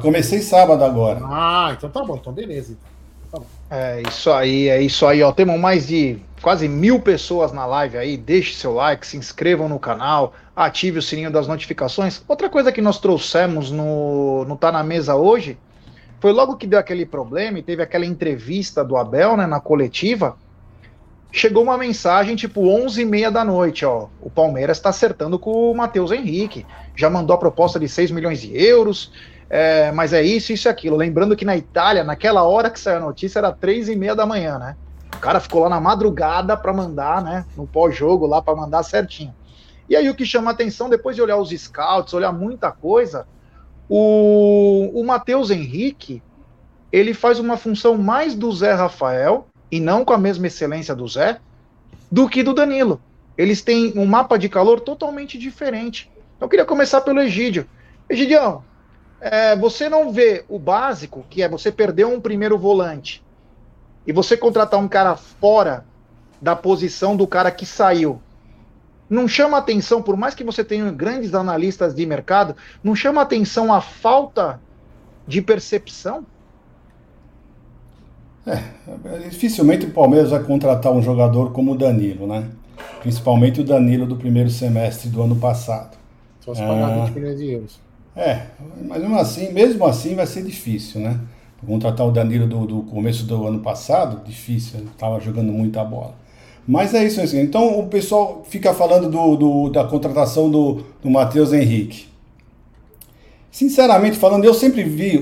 sábado agora. Então tá bom, então beleza. Tá bom. É isso aí, ó. Temos mais de quase 1000 pessoas na live aí. Deixe seu like, se inscrevam no canal, ative o sininho das notificações. Outra coisa que nós trouxemos no Tá Na Mesa hoje foi logo que deu aquele problema e teve aquela entrevista do Abel, né, na coletiva. Chegou uma mensagem tipo 11h30 da noite, ó. O Palmeiras está acertando com o Matheus Henrique. Já mandou a proposta de 6 milhões de euros. Mas é isso e aquilo. Lembrando que na Itália, naquela hora que saiu a notícia, era 3h30 da manhã, né? O cara ficou lá na madrugada para mandar, né? No pós-jogo lá para mandar certinho. E aí o que chama a atenção, depois de olhar os scouts, olhar muita coisa, o Matheus Henrique, ele faz uma função mais do Zé Rafael, e não com a mesma excelência do Zé, do que do Danilo. Eles têm um mapa de calor totalmente diferente. Então eu queria começar pelo Egídio. Egidião, você não vê o básico, que é você perder um primeiro volante, e você contratar um cara fora da posição do cara que saiu, não chama atenção, por mais que você tenha grandes analistas de mercado, não chama atenção a falta de percepção? Dificilmente o Palmeiras vai contratar um jogador como o Danilo, né? Principalmente o Danilo do primeiro semestre do ano passado. Só se pagar 20 milhões de euros. Mas mesmo assim vai ser difícil, né? Contratar o Danilo do começo do ano passado, difícil, ele estava jogando muita bola. Mas é isso assim. Então o pessoal fica falando da contratação do Matheus Henrique. Sinceramente falando, eu sempre vi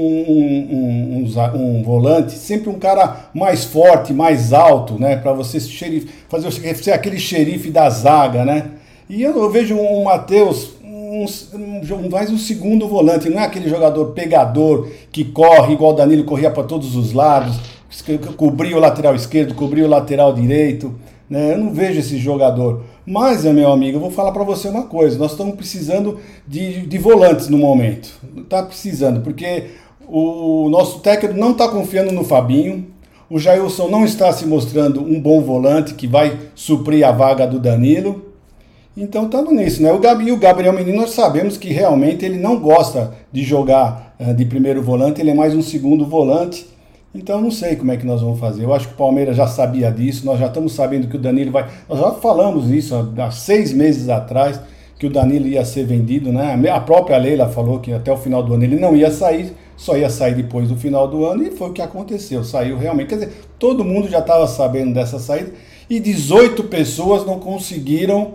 um volante, sempre um cara mais forte, mais alto, né? Para você ser aquele xerife da zaga, né? E eu vejo um Matheus mais um segundo volante, não é aquele jogador pegador que corre igual o Danilo corria para todos os lados, cobria o lateral esquerdo, cobria o lateral direito, né? Eu não vejo esse jogador. Mas, meu amigo, eu vou falar para você uma coisa, nós estamos precisando de volantes no momento. Está precisando, porque o nosso técnico não está confiando no Fabinho, o Jailson não está se mostrando um bom volante que vai suprir a vaga do Danilo. Então estamos nisso, né? O Gabriel Menino, nós sabemos que realmente ele não gosta de jogar de primeiro volante, ele é mais um segundo volante. Então não sei como é que nós vamos fazer. Eu acho que o Palmeiras já sabia disso, nós já estamos sabendo que o Danilo vai... Nós já falamos isso há 6 meses atrás, que o Danilo ia ser vendido, né? A própria Leila falou que até o final do ano ele não ia sair, só ia sair depois do final do ano, e foi o que aconteceu, saiu realmente. Quer dizer, todo mundo já estava sabendo dessa saída, e 18 pessoas não conseguiram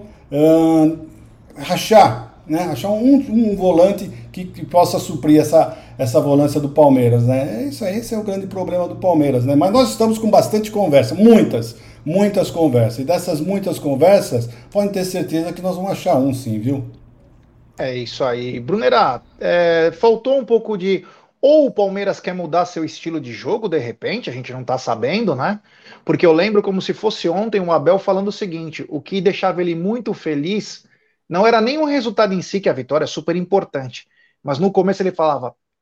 achar um volante que possa suprir essa volância do Palmeiras, né? Esse é o grande problema do Palmeiras, né? Mas nós estamos com bastante conversa, muitas conversas, e dessas muitas conversas, podem ter certeza que nós vamos achar um sim, viu? É isso aí. Brunera, faltou um pouco de... Ou o Palmeiras quer mudar seu estilo de jogo, de repente, a gente não tá sabendo, né? Porque eu lembro como se fosse ontem o Abel falando o seguinte, o que deixava ele muito feliz não era nem o resultado em si, que a vitória é super importante, mas no começo ele falava,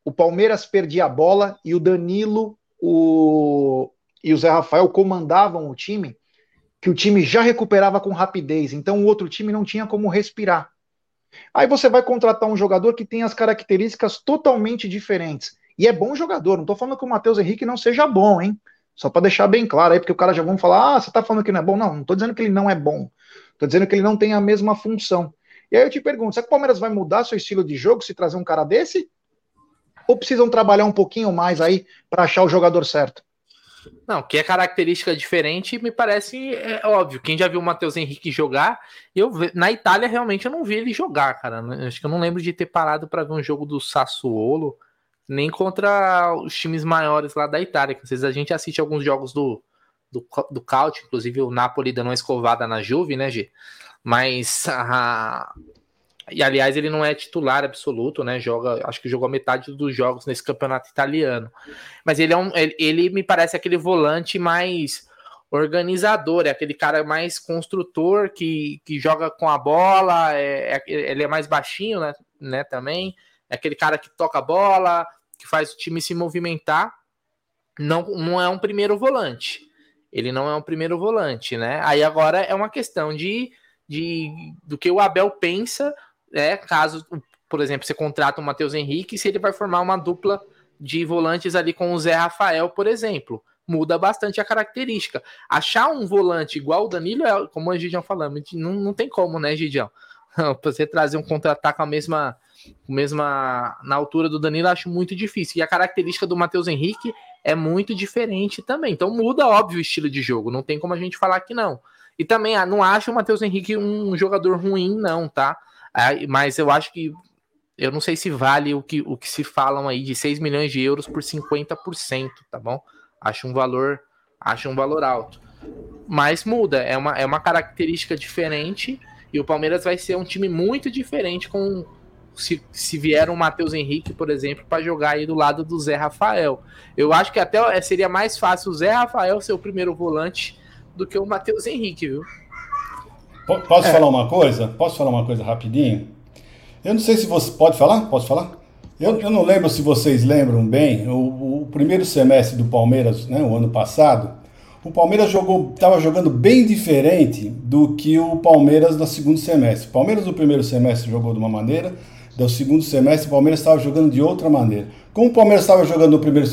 o Palmeiras perdia a bola e o Danilo e o Zé Rafael comandavam o time, que o time já recuperava com rapidez, então o outro time não tinha como respirar. Aí você vai contratar um jogador que tem as características totalmente diferentes. E é bom jogador, não estou falando que o Matheus Henrique não seja bom, hein? Só para deixar bem claro aí, porque o cara já vão falar, você está falando que não é bom? Não estou dizendo que ele não é bom. Estou dizendo que ele não tem a mesma função. E aí eu te pergunto, será que o Palmeiras vai mudar seu estilo de jogo se trazer um cara desse? Ou precisam trabalhar um pouquinho mais aí para achar o jogador certo? Não, que é característica diferente, me parece óbvio. Quem já viu o Matheus Henrique jogar, na Itália realmente eu não vi ele jogar, cara. Acho que eu não lembro de ter parado para ver um jogo do Sassuolo, nem contra os times maiores lá da Itália. Que às vezes a gente assiste alguns jogos do Caute, inclusive o Napoli dando uma escovada na Juve, né, G? Mas e aliás, ele não é titular absoluto, né? Acho que jogou metade dos jogos nesse campeonato italiano. Mas ele me parece aquele volante mais organizador, é aquele cara mais construtor que joga com a bola, ele é mais baixinho, né, também. É aquele cara que toca a bola, que faz o time se movimentar. Não é um primeiro volante. Ele não é um primeiro volante, né? Aí agora é uma questão do que o Abel pensa, caso, por exemplo, você contrata o Matheus Henrique, se ele vai formar uma dupla de volantes ali com o Zé Rafael, por exemplo. Muda bastante a característica. Achar um volante igual o Danilo, como a Gidião falando, não tem como, né, Gidião? Você trazer um contra-ataque na altura do Danilo, acho muito difícil. E a característica do Matheus Henrique é muito diferente também. Então muda, óbvio, o estilo de jogo. Não tem como a gente falar que não. E também, não acho o Matheus Henrique um jogador ruim, não, tá? Mas eu acho que eu não sei se vale o que se falam aí de 6 milhões de euros por 50%, tá bom? Acho um valor alto. Mas muda, é uma característica diferente e o Palmeiras vai ser um time muito diferente se vier um Matheus Henrique, por exemplo, para jogar aí do lado do Zé Rafael. Eu acho que até seria mais fácil o Zé Rafael ser o primeiro volante do que o Matheus Henrique, viu? Posso falar uma coisa? Posso falar uma coisa rapidinho? Eu não sei se você... Pode falar? Posso falar? Eu não lembro se vocês lembram bem, o primeiro semestre do Palmeiras, né, o ano passado, o Palmeiras estava jogando bem diferente do que o Palmeiras no segundo semestre. O Palmeiras no primeiro semestre jogou de uma maneira, do segundo semestre o Palmeiras estava jogando de outra maneira. Como o Palmeiras estava jogando no primeiro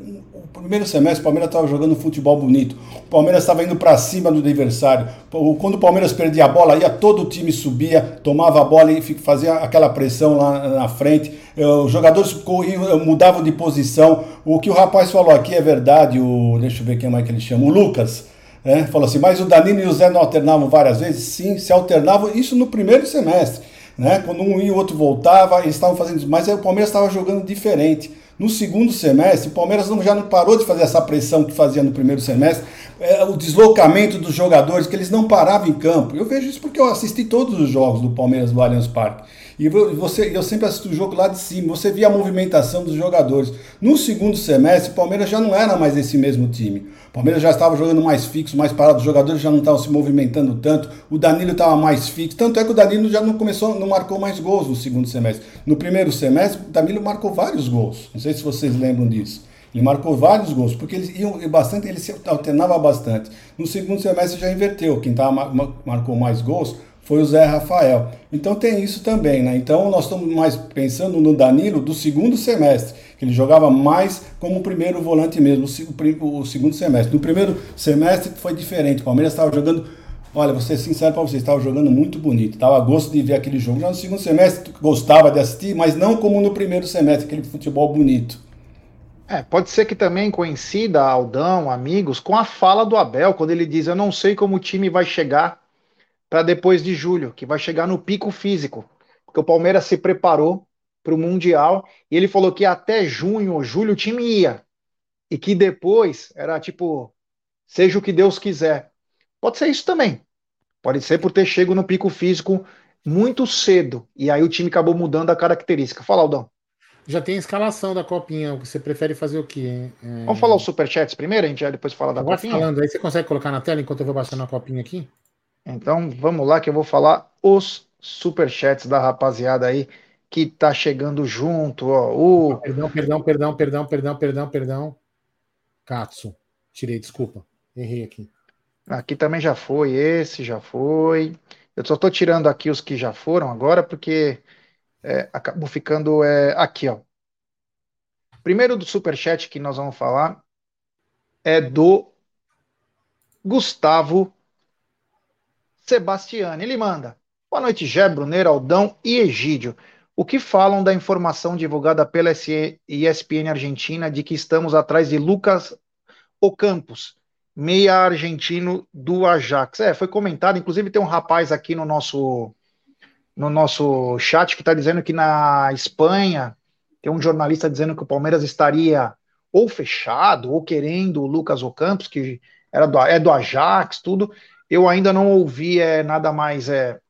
semestre, o Palmeiras estava jogando um futebol bonito. O Palmeiras estava indo para cima do adversário. Quando o Palmeiras perdia a bola, todo o time subia, tomava a bola e fazia aquela pressão lá na frente. Os jogadores mudavam de posição. O que o rapaz falou aqui é verdade. Deixa eu ver quem mais que ele chama. O Lucas. Falou assim, mas o Danilo e o Zé não alternavam várias vezes? Sim, se alternavam. Isso no primeiro semestre. Quando um ia e o outro voltava, eles estavam fazendo isso. Mas aí o Palmeiras estava jogando diferente. No segundo semestre, o Palmeiras já não parou de fazer essa pressão que fazia no primeiro semestre, o deslocamento dos jogadores, que eles não paravam em campo. Eu vejo isso porque eu assisti todos os jogos do Palmeiras do Allianz Parque. E eu sempre assisto o jogo lá de cima, você via a movimentação dos jogadores. No segundo semestre, o Palmeiras já não era mais esse mesmo time. O Palmeiras já estava jogando mais fixo, mais parado, os jogadores já não estavam se movimentando tanto, o Danilo estava mais fixo, tanto é que o Danilo já não marcou mais gols no segundo semestre. No primeiro semestre, o Danilo marcou vários gols, não sei se vocês lembram disso. Ele marcou vários gols, porque ele se alternava bastante. No segundo semestre já inverteu, quem marcou mais gols foi o Zé Rafael. Então tem isso também, né? Então nós estamos mais pensando no Danilo do segundo semestre, que ele jogava mais como o primeiro volante mesmo, o segundo semestre. No primeiro semestre foi diferente, o Palmeiras estava jogando, olha, vou ser sincero para vocês, estava jogando muito bonito, estava a gosto de ver aquele jogo. Já no segundo semestre gostava de assistir, mas não como no primeiro semestre, aquele futebol bonito. Pode ser que também coincida, Aldão, amigos, com a fala do Abel, quando ele diz, eu não sei como o time vai chegar para depois de julho, que vai chegar no pico físico, porque o Palmeiras se preparou para o Mundial, e ele falou que até junho ou julho o time ia, e que depois era tipo, seja o que Deus quiser. Pode ser isso também, pode ser por ter chego no pico físico muito cedo, e aí o time acabou mudando a característica. Fala, Aldão. Já tem a escalação da Copinha, você prefere fazer o quê? Vamos falar os superchats primeiro, a gente já depois fala da Copinha? Falando, aí você consegue colocar na tela enquanto eu vou baixando a Copinha aqui? Então vamos lá que eu vou falar os superchats da rapaziada aí que tá chegando junto, ó. Perdão. Katsu. Tirei, desculpa. Errei aqui. Aqui também já foi, esse já foi. Eu só tô tirando aqui os que já foram agora, porque acabou ficando aqui, ó. Primeiro do superchat que nós vamos falar é do Gustavo Sebastiani. Ele manda: boa noite, Gé, Bruneiro, Aldão e Egídio. O que falam da informação divulgada pela ESPN Argentina de que estamos atrás de Lucas Ocampos, meia argentino do Ajax? Foi comentado, inclusive tem um rapaz aqui no nosso chat que está dizendo que na Espanha tem um jornalista dizendo que o Palmeiras estaria ou fechado ou querendo o Lucas Ocampos, que é do Ajax, tudo. Eu ainda não ouvi nada mais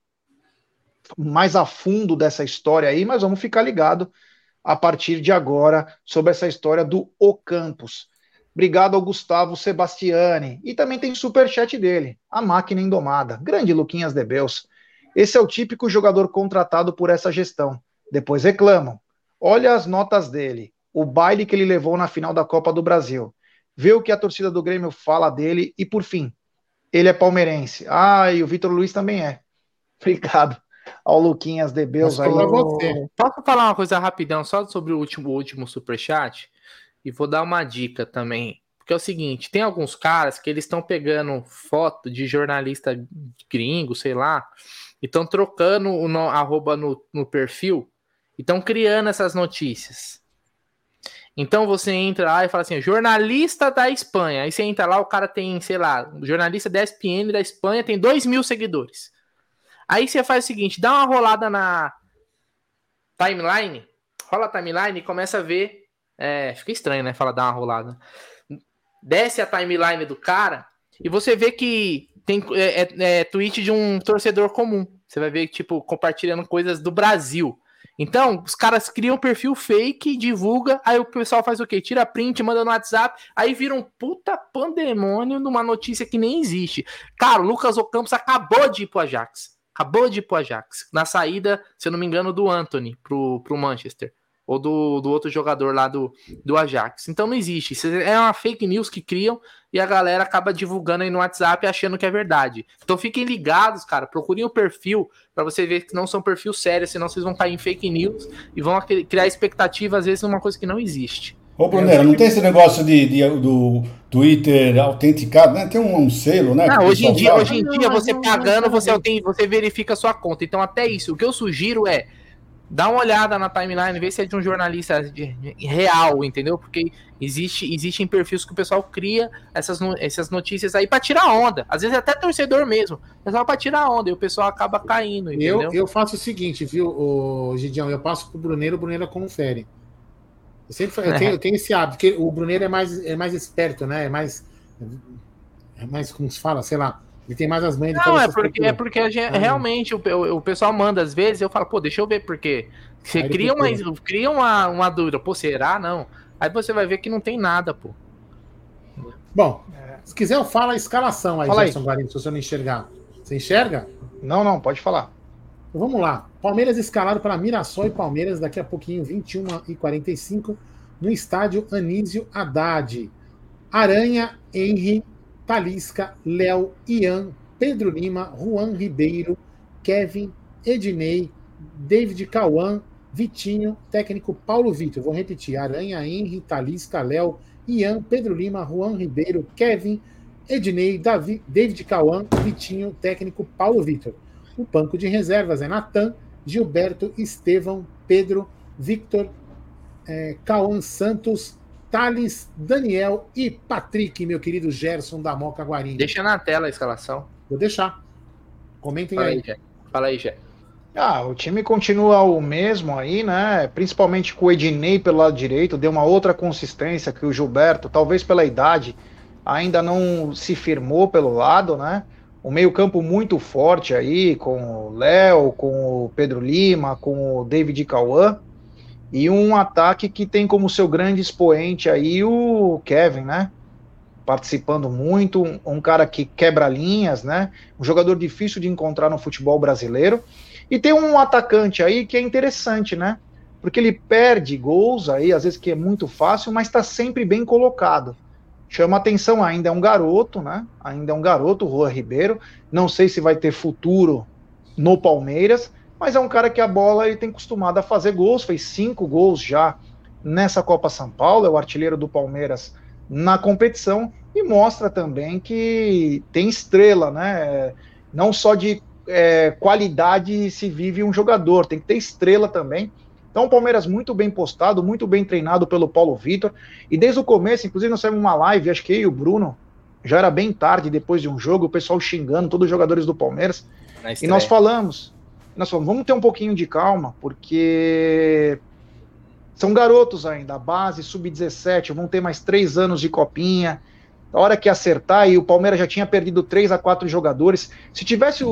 a fundo dessa história aí, mas vamos ficar ligado a partir de agora sobre essa história do Ocampos. Obrigado ao Gustavo Sebastiani. E também tem superchat dele, a máquina indomada. Grande Luquinhas de Beus. Esse é o típico jogador contratado por essa gestão. Depois reclamam. Olha as notas dele. O baile que ele levou na final da Copa do Brasil. Vê o que a torcida do Grêmio fala dele. E por fim, ele é palmeirense. E o Vitor Luiz também é. Obrigado ao Luquinhas de Beus aí. Posso falar uma coisa rapidão só sobre o último superchat? E vou dar uma dica também. Porque é o seguinte, tem alguns caras que eles estão pegando foto de jornalista gringo, sei lá, e estão trocando o arroba no perfil e estão criando essas notícias. Então você entra lá e fala assim, jornalista da Espanha. Aí você entra lá, o cara tem, sei lá, jornalista da ESPN da Espanha tem 2.000 seguidores. Aí você faz o seguinte, dá uma rolada na timeline, rola a timeline e começa a ver. Fica estranho, né? Falar dar uma rolada. Desce a timeline do cara e você vê que tem tweet de um torcedor comum. Você vai ver, tipo, compartilhando coisas do Brasil. Então, os caras criam um perfil fake, divulga, aí o pessoal faz o quê? Tira print, manda no WhatsApp, aí vira um puta pandemônio numa notícia que nem existe. Cara, o Lucas Ocampos acabou de ir pro Ajax. Na saída, se eu não me engano, do Antony pro Manchester. Ou do outro jogador lá do Ajax. Então não existe. Isso é uma fake news que criam e a galera acaba divulgando aí no WhatsApp achando que é verdade. Então fiquem ligados, cara. Procurem o perfil para você ver que não são perfil sérios, senão vocês vão cair em fake news e vão criar expectativa, às vezes, numa coisa que não existe. Ô, Bruneiro, não tem esse negócio do Twitter autenticado, né? Tem um selo, né? Hoje em dia, você pagando, você verifica a sua conta. Então até isso. O que eu sugiro é dá uma olhada na timeline, vê se é de um jornalista real, entendeu? Porque existem perfis que o pessoal cria essas notícias aí pra tirar onda. Às vezes é até torcedor mesmo. É só pra tirar onda e o pessoal acaba caindo, entendeu? Eu faço o seguinte, viu, Gidião? Eu passo pro Bruneiro, o Bruneiro confere. Eu tenho esse hábito, porque o Bruneiro é mais esperto, né? É mais como se fala, sei lá. Ele tem mais as manhas de fazer. Não, é porque realmente o pessoal manda às vezes, eu falo, deixa eu ver, porque você aí cria uma dúvida, será? Não. Aí você vai ver que não tem nada, pô. Bom, se quiser eu falo a escalação aí, Gerson Guarino, se você não enxergar. Você enxerga? Não, pode falar. Então, vamos lá. Palmeiras escalado para Mirassol e Palmeiras daqui a pouquinho, 21h45, no estádio Anísio Haddad. Aranha, Henry, Talisca, Léo, Ian, Pedro Lima, Juan Ribeiro, Kevin, Ednei, David Cauã, Vitinho, técnico Paulo Vitor. Vou repetir: Aranha, Henry, Talisca, Léo, Ian, Pedro Lima, Juan Ribeiro, Kevin, Ednei, David Cauã, Vitinho, técnico Paulo Vitor. O banco de reservas é Natan, Gilberto, Estevão, Pedro, Victor, Cauã Santos, Thales, Daniel e Patrick, meu querido Gerson da Moca Guarino. Deixa na tela a escalação. Vou deixar. Comentem aí. Fala aí, Gé. O time continua o mesmo aí, né? Principalmente com o Ednei pelo lado direito, deu uma outra consistência que o Gilberto, talvez pela idade, ainda não se firmou pelo lado, né? O meio-campo muito forte aí, com o Léo, com o Pedro Lima, com o David Cauã. E um ataque que tem como seu grande expoente aí o Kevin, né? participando muito, um cara que quebra linhas, né? Um jogador difícil de encontrar no futebol brasileiro. E tem um atacante aí que é interessante, né? Porque ele perde gols aí, às vezes que é muito fácil, mas está sempre bem colocado. Chama atenção, ainda é um garoto, né? Ainda é um garoto, o Juan Ribeiro. Não sei se vai ter futuro no Palmeiras, mas é um cara que a bola ele tem acostumado a fazer gols, fez 5 gols já nessa Copa São Paulo, é o artilheiro do Palmeiras na competição e mostra também que tem estrela, né? Não só de qualidade se vive um jogador, tem que ter estrela também. Então o Palmeiras muito bem postado, muito bem treinado pelo Paulo Vitor, e desde o começo, inclusive nós fizemos uma live, acho que eu e o Bruno, já era bem tarde depois de um jogo, o pessoal xingando todos os jogadores do Palmeiras, e nós falamos, vamos ter um pouquinho de calma, porque são garotos ainda, a base, sub-17, vão ter mais 3 anos de copinha, a hora que acertar, e o Palmeiras já tinha perdido 3 a 4 jogadores, se tivesse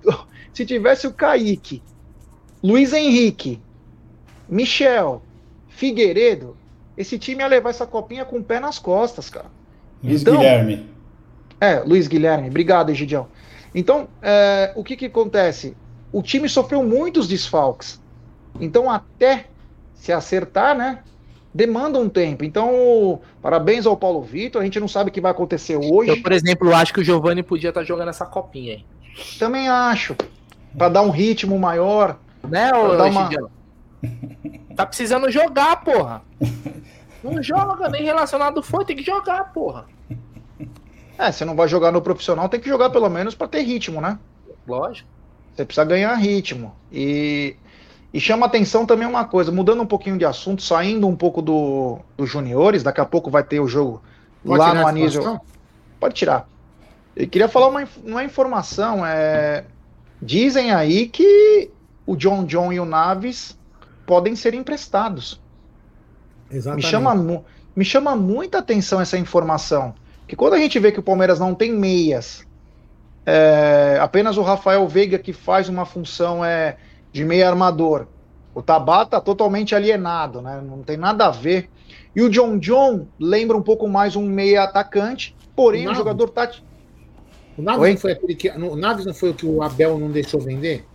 o Kaique, Luiz Henrique, Michel, Figueiredo, esse time ia levar essa copinha com o pé nas costas, cara. Luiz Guilherme. Luiz Guilherme, obrigado, Egidião. Então, o que acontece? O time sofreu muitos desfalques. Então, até se acertar, né, demanda um tempo. Então, parabéns ao Paulo Vitor, a gente não sabe o que vai acontecer hoje. Eu, por exemplo, acho que o Giovani podia estar jogando essa copinha aí. Também acho. Para dar um ritmo maior. Né, ô Tá precisando jogar, porra. Não joga, nem relacionado foi, tem que jogar, porra. Você não vai jogar no profissional, tem que jogar pelo menos para ter ritmo, né? Lógico. Você precisa ganhar ritmo. E chama atenção também uma coisa, mudando um pouquinho de assunto, saindo um pouco dos juniores, daqui a pouco vai ter o jogo lá no Anísio. Pode tirar. Eu queria falar uma informação. Dizem aí que o John e o Naves podem ser emprestados. Exatamente. Me chama muita atenção essa informação. Que quando a gente vê que o Palmeiras não tem meias, apenas o Rafael Veiga que faz uma função de meia armador. O Tabata totalmente alienado, né? Não tem nada a ver. E o John lembra um pouco mais um meia atacante, porém o jogador tático. O Naves não foi aquele que. O Naves não foi o que o Abel não deixou vender?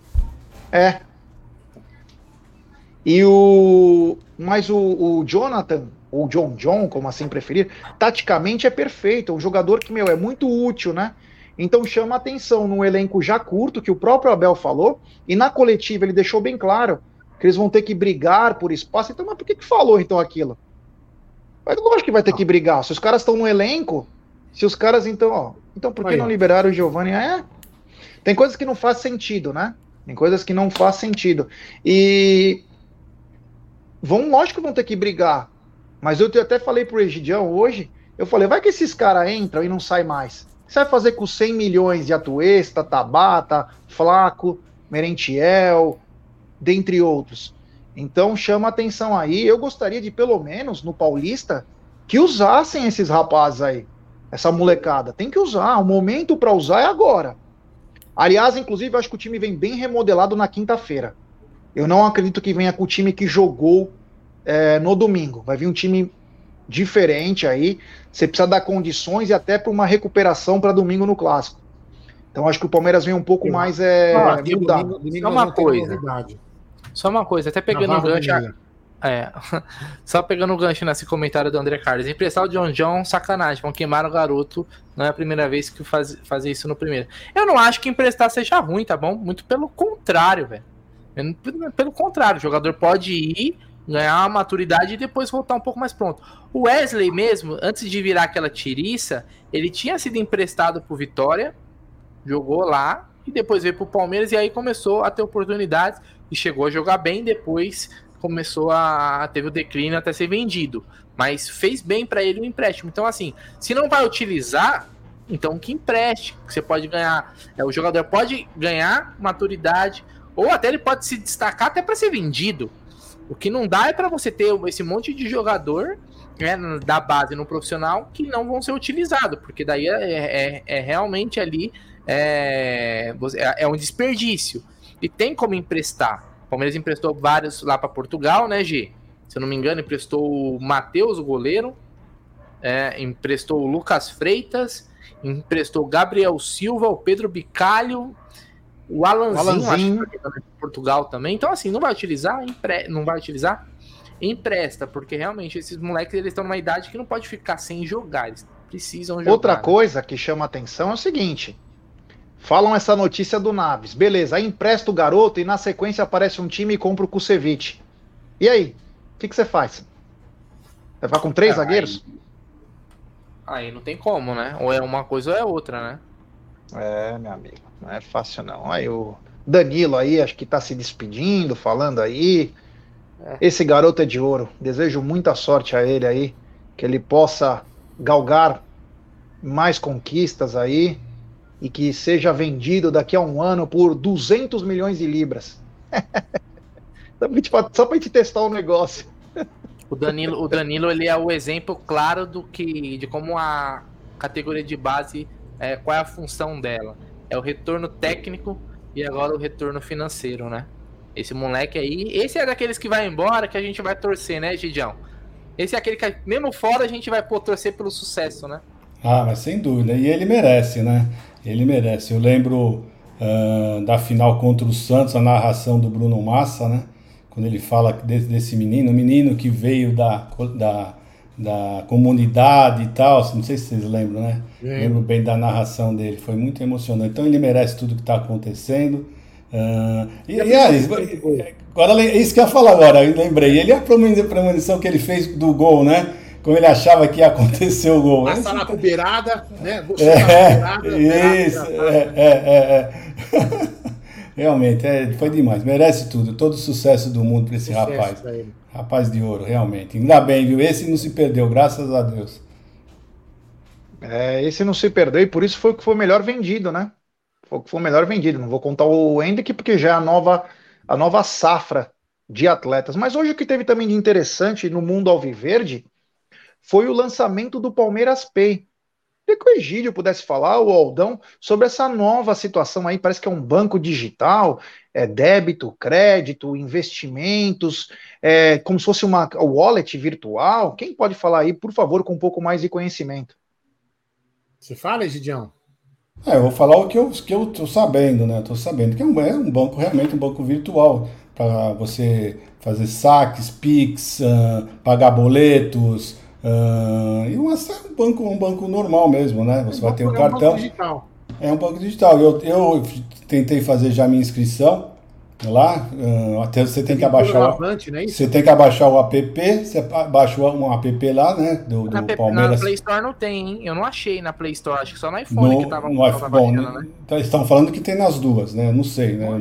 Mas o Jonathan, ou John, como assim preferir, taticamente é perfeito. É um jogador que, é muito útil, né? Então chama atenção num elenco já curto, que o próprio Abel falou, e na coletiva ele deixou bem claro que eles vão ter que brigar por espaço. Então, mas por que falou então aquilo? Mas lógico que vai ter que brigar. Se os caras estão no elenco, se os caras então por que não liberaram o Giovani? Tem coisas que não faz sentido, né? Tem coisas que não faz sentido. E lógico que vão ter que brigar. Mas eu até falei pro Egidião hoje, eu falei, vai que esses caras entram e não saem mais. O que você vai fazer com 100 milhões de Atuesta, Tabata, Flaco, Merentiel, dentre outros? Então chama atenção aí. Eu gostaria de, pelo menos, no Paulista, que usassem esses rapazes aí. Essa molecada. Tem que usar. O momento para usar é agora. Aliás, inclusive, eu acho que o time vem bem remodelado na quinta-feira. Eu não acredito que venha com o time que jogou no domingo. Vai vir um time diferente aí. Você precisa dar condições e até para uma recuperação para domingo no Clássico. Então acho que o Palmeiras vem um pouco mais mudado. Só uma coisa, até pegando o gancho. Só pegando o gancho nesse comentário do André Carlos. Emprestar o John, sacanagem. Vão queimar o garoto. Não é a primeira vez que fazer isso no primeiro. Eu não acho que emprestar seja ruim, tá bom? Muito pelo contrário, velho. Pelo contrário, o jogador pode ir, ganhar uma maturidade e depois voltar um pouco mais pronto. O Wesley mesmo, antes de virar aquela tiriça, ele tinha sido emprestado pro Vitória, jogou lá e depois veio pro Palmeiras e aí começou a ter oportunidades e chegou a jogar bem, depois teve o declínio até ser vendido, mas fez bem para ele o empréstimo. Então assim, se não vai utilizar, então que empreste, que você pode ganhar, o jogador pode ganhar maturidade, ou até ele pode se destacar até para ser vendido. O que não dá é para você ter esse monte de jogador, né, da base no profissional que não vão ser utilizados, porque daí realmente ali é um desperdício. E tem como emprestar. O Palmeiras emprestou vários lá para Portugal, né, G? Se eu não me engano, emprestou o Matheus, o goleiro. emprestou o Lucas Freitas, emprestou o Gabriel Silva, o Pedro Bicalho, o Alanzinho. Acho que tá em Portugal também. Então, assim, não vai utilizar, empresta, porque realmente esses moleques eles estão numa idade que não pode ficar sem jogar, eles precisam jogar. Outra coisa que chama atenção é o seguinte: falam essa notícia do Naves, beleza, aí empresta o garoto e na sequência aparece um time e compra o Kusevich. E aí? O que você faz? Vai ficar com 3 zagueiros? Aí não tem como, né? Ou é uma coisa ou é outra, né? Meu amigo, não é fácil não. Aí o Danilo aí, acho que tá se despedindo, falando aí. Esse garoto é de ouro. Desejo muita sorte a ele aí, que ele possa galgar mais conquistas aí e que seja vendido daqui a um ano por 200 milhões de libras. Só pra gente testar o negócio. O Danilo ele é o exemplo claro de como a categoria de base, qual é a função dela. É o retorno técnico e agora o retorno financeiro, né? Esse moleque aí, esse é daqueles que vai embora que a gente vai torcer, né, Gidião? Esse é aquele que, mesmo fora, a gente vai torcer pelo sucesso, né? Ah, mas sem dúvida. E ele merece, né? Ele merece. Eu lembro da final contra o Santos, a narração do Bruno Massa, né? Quando ele fala desse menino, um menino que veio da comunidade e tal. Não sei se vocês lembram, né? Lembro bem da narração dele. Foi muito emocionante. Então ele merece tudo que está acontecendo. Agora, é isso que eu ia falar agora, eu lembrei. Ele a premonição que ele fez do gol, né? Como ele achava que ia acontecer o gol. Passar na beirada, né? Você na beirada. Isso, Realmente, foi demais. Merece tudo. Todo o sucesso do mundo para esse rapaz. Rapaz de ouro, realmente. Ainda bem, viu? Esse não se perdeu, graças a Deus. Esse não se perdeu e por isso foi o que foi melhor vendido, né? Foi o melhor vendido. Não vou contar o Hendrick porque já é a nova safra de atletas. Mas hoje o que teve também de interessante no mundo alviverde foi o lançamento do Palmeiras Pay. Queria que o Egídio pudesse falar, o Aldão, sobre essa nova situação aí. Parece que é um banco digital, débito, crédito, investimentos, como se fosse uma wallet virtual. Quem pode falar aí, por favor, com um pouco mais de conhecimento? Você fala, Egidião? Eu vou falar o que eu tô sabendo, né? Tô sabendo que é um banco, realmente um banco virtual, para você fazer saques, PIX, pagar boletos, e um banco normal mesmo, né? Você vai ter o cartão. É um banco digital. Eu tentei fazer já minha inscrição lá, até você tem que abaixar você tem que abaixar o app, você baixa um app lá, né, do Palmeiras. Na Play Store não tem, hein? Eu não achei na Play Store, acho que só no iPhone que tava baixando, né? Então, eles estão falando que tem nas duas, né? Não sei, né?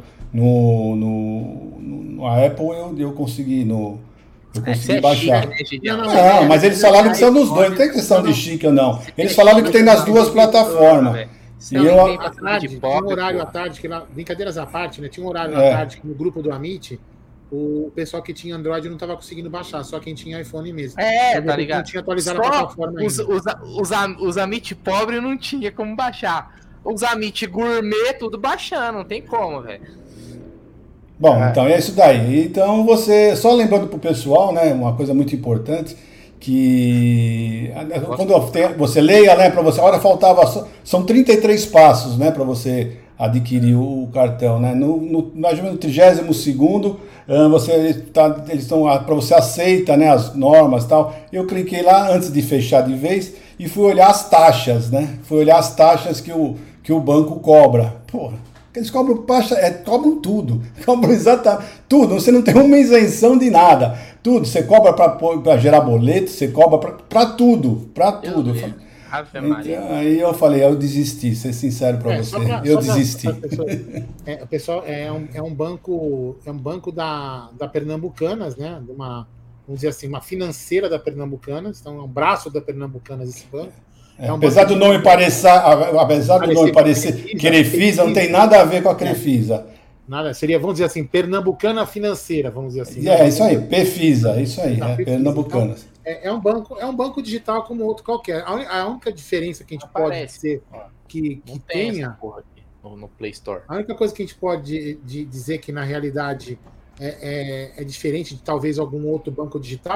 No Apple eu consegui baixar. Não, mas eles falaram que são nos dois, não tem questão de chique ou não. Eles falaram que tem nas duas plataformas. Tinha um horário à tarde, brincadeiras à parte, né? Tinha um horário à tarde que no grupo do Amit, o pessoal que tinha Android não estava conseguindo baixar, só quem tinha iPhone mesmo. Tá ligado? Não tinha atualizado a plataforma ainda. Os Amit pobre não tinha como baixar. Os Amit gourmet, tudo baixando, não tem como, velho. Bom, então é isso daí. Então só lembrando pro pessoal, né, uma coisa muito importante, que quando você leia, né, para você, a hora faltava, são 33 passos, né, para você adquirir o cartão, né, no 32º, eles estão, para você aceita, né, as normas e tal, eu cliquei lá antes de fechar de vez e fui olhar as taxas, né, que o banco cobra, porra. Eles cobram tudo, cobram exatamente tudo, você não tem uma isenção de nada, tudo, você cobra para gerar boleto, você cobra para tudo. Aí eu falei, eu desisti, ser sincero para você, eu desisti. O pessoal é um banco da Pernambucanas, né, vamos dizer assim, uma financeira da Pernambucanas, então é um braço da Pernambucanas esse banco. Apesar do nome parecer Crefisa, não tem nada a ver com a Crefisa. Nada, seria, vamos dizer assim, Pernambucana Financeira, vamos dizer assim. Isso aí, Pefisa, isso aí, Pernambucanas. Então, é um banco digital como outro qualquer. A única diferença que a gente pode dizer que tenha no Play Store. A única coisa que a gente pode dizer que na realidade é diferente de talvez algum outro banco digital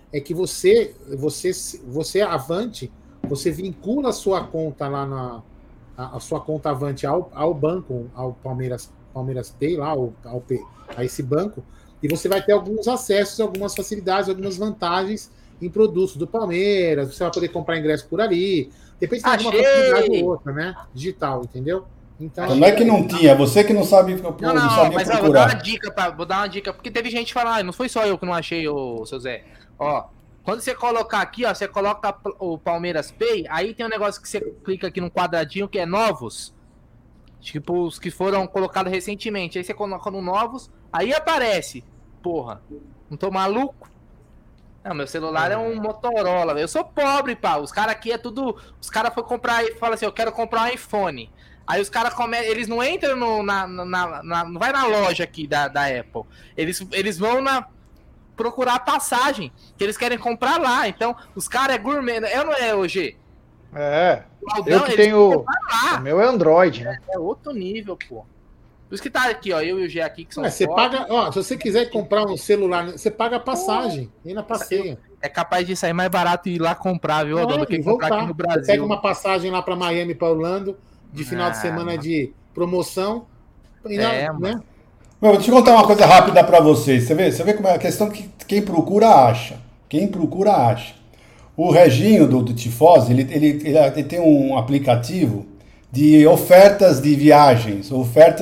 é que você Avante, você vincula a sua conta lá a sua conta Avante ao banco, ao Palmeiras Pay, lá, a esse banco, e você vai ter alguns acessos, algumas facilidades, algumas vantagens em produtos do Palmeiras, você vai poder comprar ingresso por ali, depois tem alguma facilidade ou outra, né? Digital, entendeu? Então não é que não tinha, você que não sabe, Não, sabia mas procurar. Vou dar uma dica, porque teve gente falando, não foi só eu que não achei, seu Zé. Ó, quando você colocar aqui, ó, você coloca o Palmeiras Pay, aí tem um negócio que você clica aqui no quadradinho que é novos, tipo os que foram colocados recentemente, aí você coloca no novos, aí aparece, porra, não tô maluco? Não, meu celular é um Motorola, velho. Eu sou pobre, pá. Os caras aqui é tudo. Os caras foram comprar e falam assim: eu quero comprar um iPhone. Aí os caras eles não entram não vai na loja aqui da Apple. Eles vão procurar a passagem que eles querem comprar lá. Então, os caras é gourmet. Eu não é hoje. É. Aldão, Eu que tenho. O meu é Android, né? É outro nível, pô. Por isso que tá aqui, ó, eu e o G aqui que são você paga, ó, se você quiser comprar um celular, você paga a passagem, e na passeia. É capaz de sair mais barato e ir lá comprar, viu, Aldão, do que comprar aqui no Brasil. Você pega uma passagem lá para Miami, para Orlando, de final de semana de promoção, né? Meu, deixa eu contar uma coisa rápida para vocês. Você vê como é a questão que quem procura acha. Quem procura acha. O Reginho do Tifose, ele tem um aplicativo de ofertas de viagens.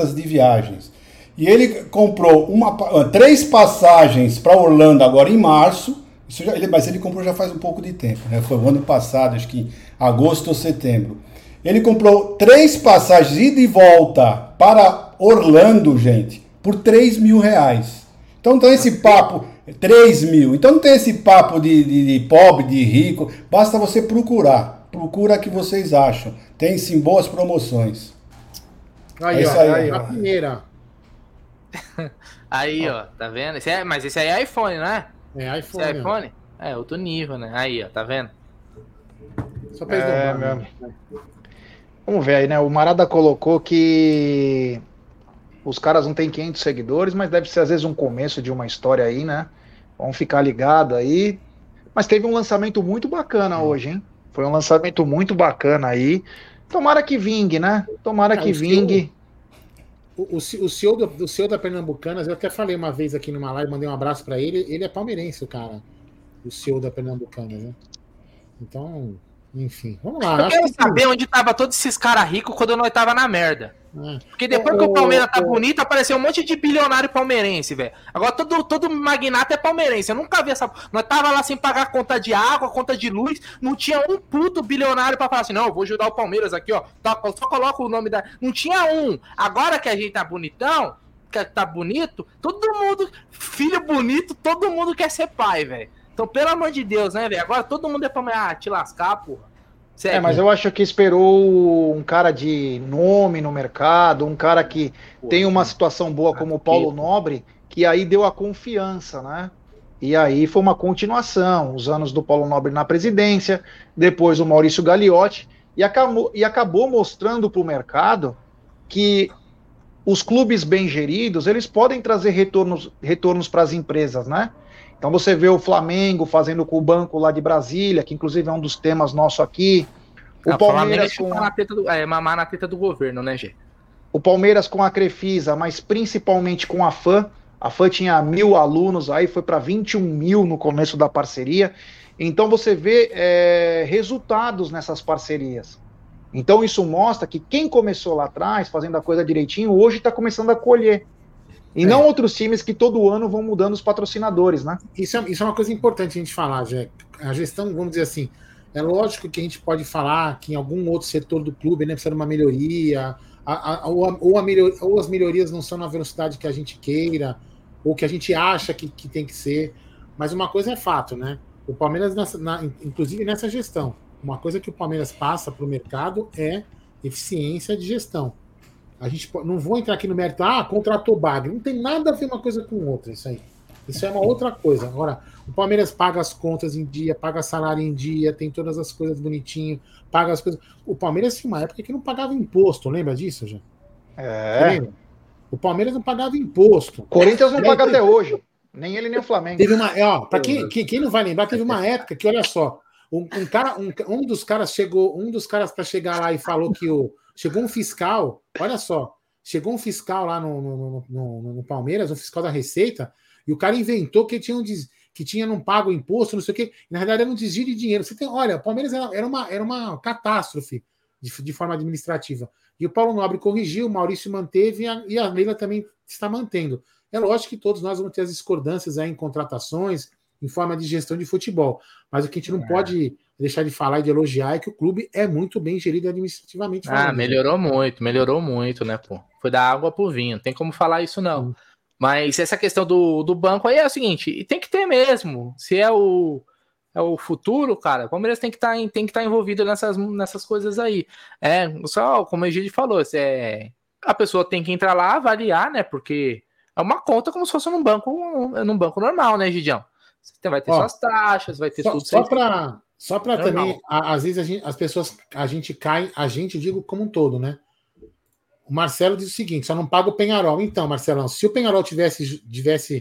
E ele comprou 3 passagens para Orlando agora em março, mas ele comprou já faz um pouco de tempo, né? Foi o ano passado, acho que em agosto ou setembro. Ele comprou 3 passagens ida e volta para Orlando, gente, por R$3.000. Então não tem esse papo, 3 mil. Então não tem esse papo de pobre, de rico, basta você procurar. Procura que vocês acham. Tem sim boas promoções. Aí, ó, a primeira. Aí, ó, tá vendo? Mas esse aí é iPhone, não é? É iPhone. Esse é iPhone? É, outro nível, né? Aí, ó, tá vendo? Só pra Vamos ver aí, né? O Marada colocou que os caras não têm 500 seguidores, mas deve ser às vezes um começo de uma história aí, né? Vamos ficar ligado aí. Mas teve um lançamento muito bacana hoje, hein? Foi um lançamento muito bacana aí. Tomara que vingue, né? Tomara que vingue. O CEO da Pernambucanas, eu até falei uma vez aqui numa live, mandei um abraço pra ele. Ele é palmeirense, o cara. O CEO da Pernambucanas, né? Então, enfim, vamos lá. Eu quero saber onde tava todos esses caras ricos quando nós tava na merda. Porque depois que o Palmeiras tá bonito, apareceu um monte de bilionário palmeirense, velho. Agora todo magnata é palmeirense. Eu nunca vi essa. Nós tava lá sem pagar conta de água, conta de luz. Não tinha um puto bilionário pra falar assim: não, eu vou ajudar o Palmeiras aqui, ó. Só coloca o nome da. Não tinha um. Agora que a gente tá bonitão, que tá bonito, todo mundo, filho bonito, todo mundo quer ser pai, velho. Então, pelo amor de Deus, né, velho? Agora todo mundo é pra te lascar, porra. Sério? Mas eu acho que esperou um cara de nome no mercado, um cara que tem uma situação boa como o Paulo Nobre, que aí deu a confiança, né? E aí foi uma continuação, os anos do Paulo Nobre na presidência, depois o Maurício Gagliotti, e acabou mostrando para o mercado que os clubes bem geridos, eles podem trazer retornos para as empresas, né? Então você vê o Flamengo fazendo com o banco lá de Brasília, que inclusive é um dos temas nossos aqui. O Palmeiras com mamar na teta do governo, né, Gê? O Palmeiras com a Crefisa, mas principalmente com a FAM. A FAM tinha 1.000 alunos, aí foi para 21 mil no começo da parceria. Então você vê resultados nessas parcerias. Então isso mostra que quem começou lá atrás, fazendo a coisa direitinho, hoje está começando a colher. E não outros times que todo ano vão mudando os patrocinadores, né? Isso é uma coisa importante a gente falar, Jé. A gestão, vamos dizer assim, é lógico que a gente pode falar que em algum outro setor do clube, né, precisa de uma melhoria, ou as melhorias não são na velocidade que a gente queira, ou que a gente acha que tem que ser. Mas uma coisa é fato, né? O Palmeiras, inclusive nessa gestão, uma coisa que o Palmeiras passa para o mercado é eficiência de gestão. A gente não vou entrar aqui no mérito, contratou Bagre. Não tem nada a ver uma coisa com outra, isso aí. Isso é uma outra coisa. Agora, o Palmeiras paga as contas em dia, paga salário em dia, tem todas as coisas bonitinho, paga as coisas. O Palmeiras tinha uma época que não pagava imposto, lembra disso, já? É. O Palmeiras não pagava imposto. Corinthians não paga até hoje. Nem ele, nem o Flamengo. Teve uma, para quem não vai lembrar, teve uma época que, olha só, um dos caras para chegar lá e falou que chegou um fiscal, olha só, chegou um fiscal lá no Palmeiras, um fiscal da Receita, e o cara inventou que tinha não pago imposto, não sei o quê. Na verdade, era um desvio de dinheiro. Olha, o Palmeiras era uma catástrofe de forma administrativa. E o Paulo Nobre corrigiu, o Maurício manteve e a Leila também está mantendo. É lógico que todos nós vamos ter as discordâncias aí em contratações, em forma de gestão de futebol. Mas o que a gente não pode deixar de falar e de elogiar é que o clube é muito bem gerido administrativamente. Melhorou muito, né, pô? Foi da água pro vinho, não tem como falar isso, não. Mas essa questão do banco aí é o seguinte, e tem que ter mesmo. Se é o futuro, cara, o Palmeiras tem que estar envolvido nessas coisas aí. Só como a gente falou, a pessoa tem que entrar lá, avaliar, né? Porque é uma conta como se fosse num banco normal, né, Gidião? Você vai ter suas taxas, vai ter tudo. Só para também, às vezes a gente cai, digo como um todo, né? O Marcelo diz o seguinte: só não paga o Peñarol. Então, Marcelão, se o Peñarol tivesse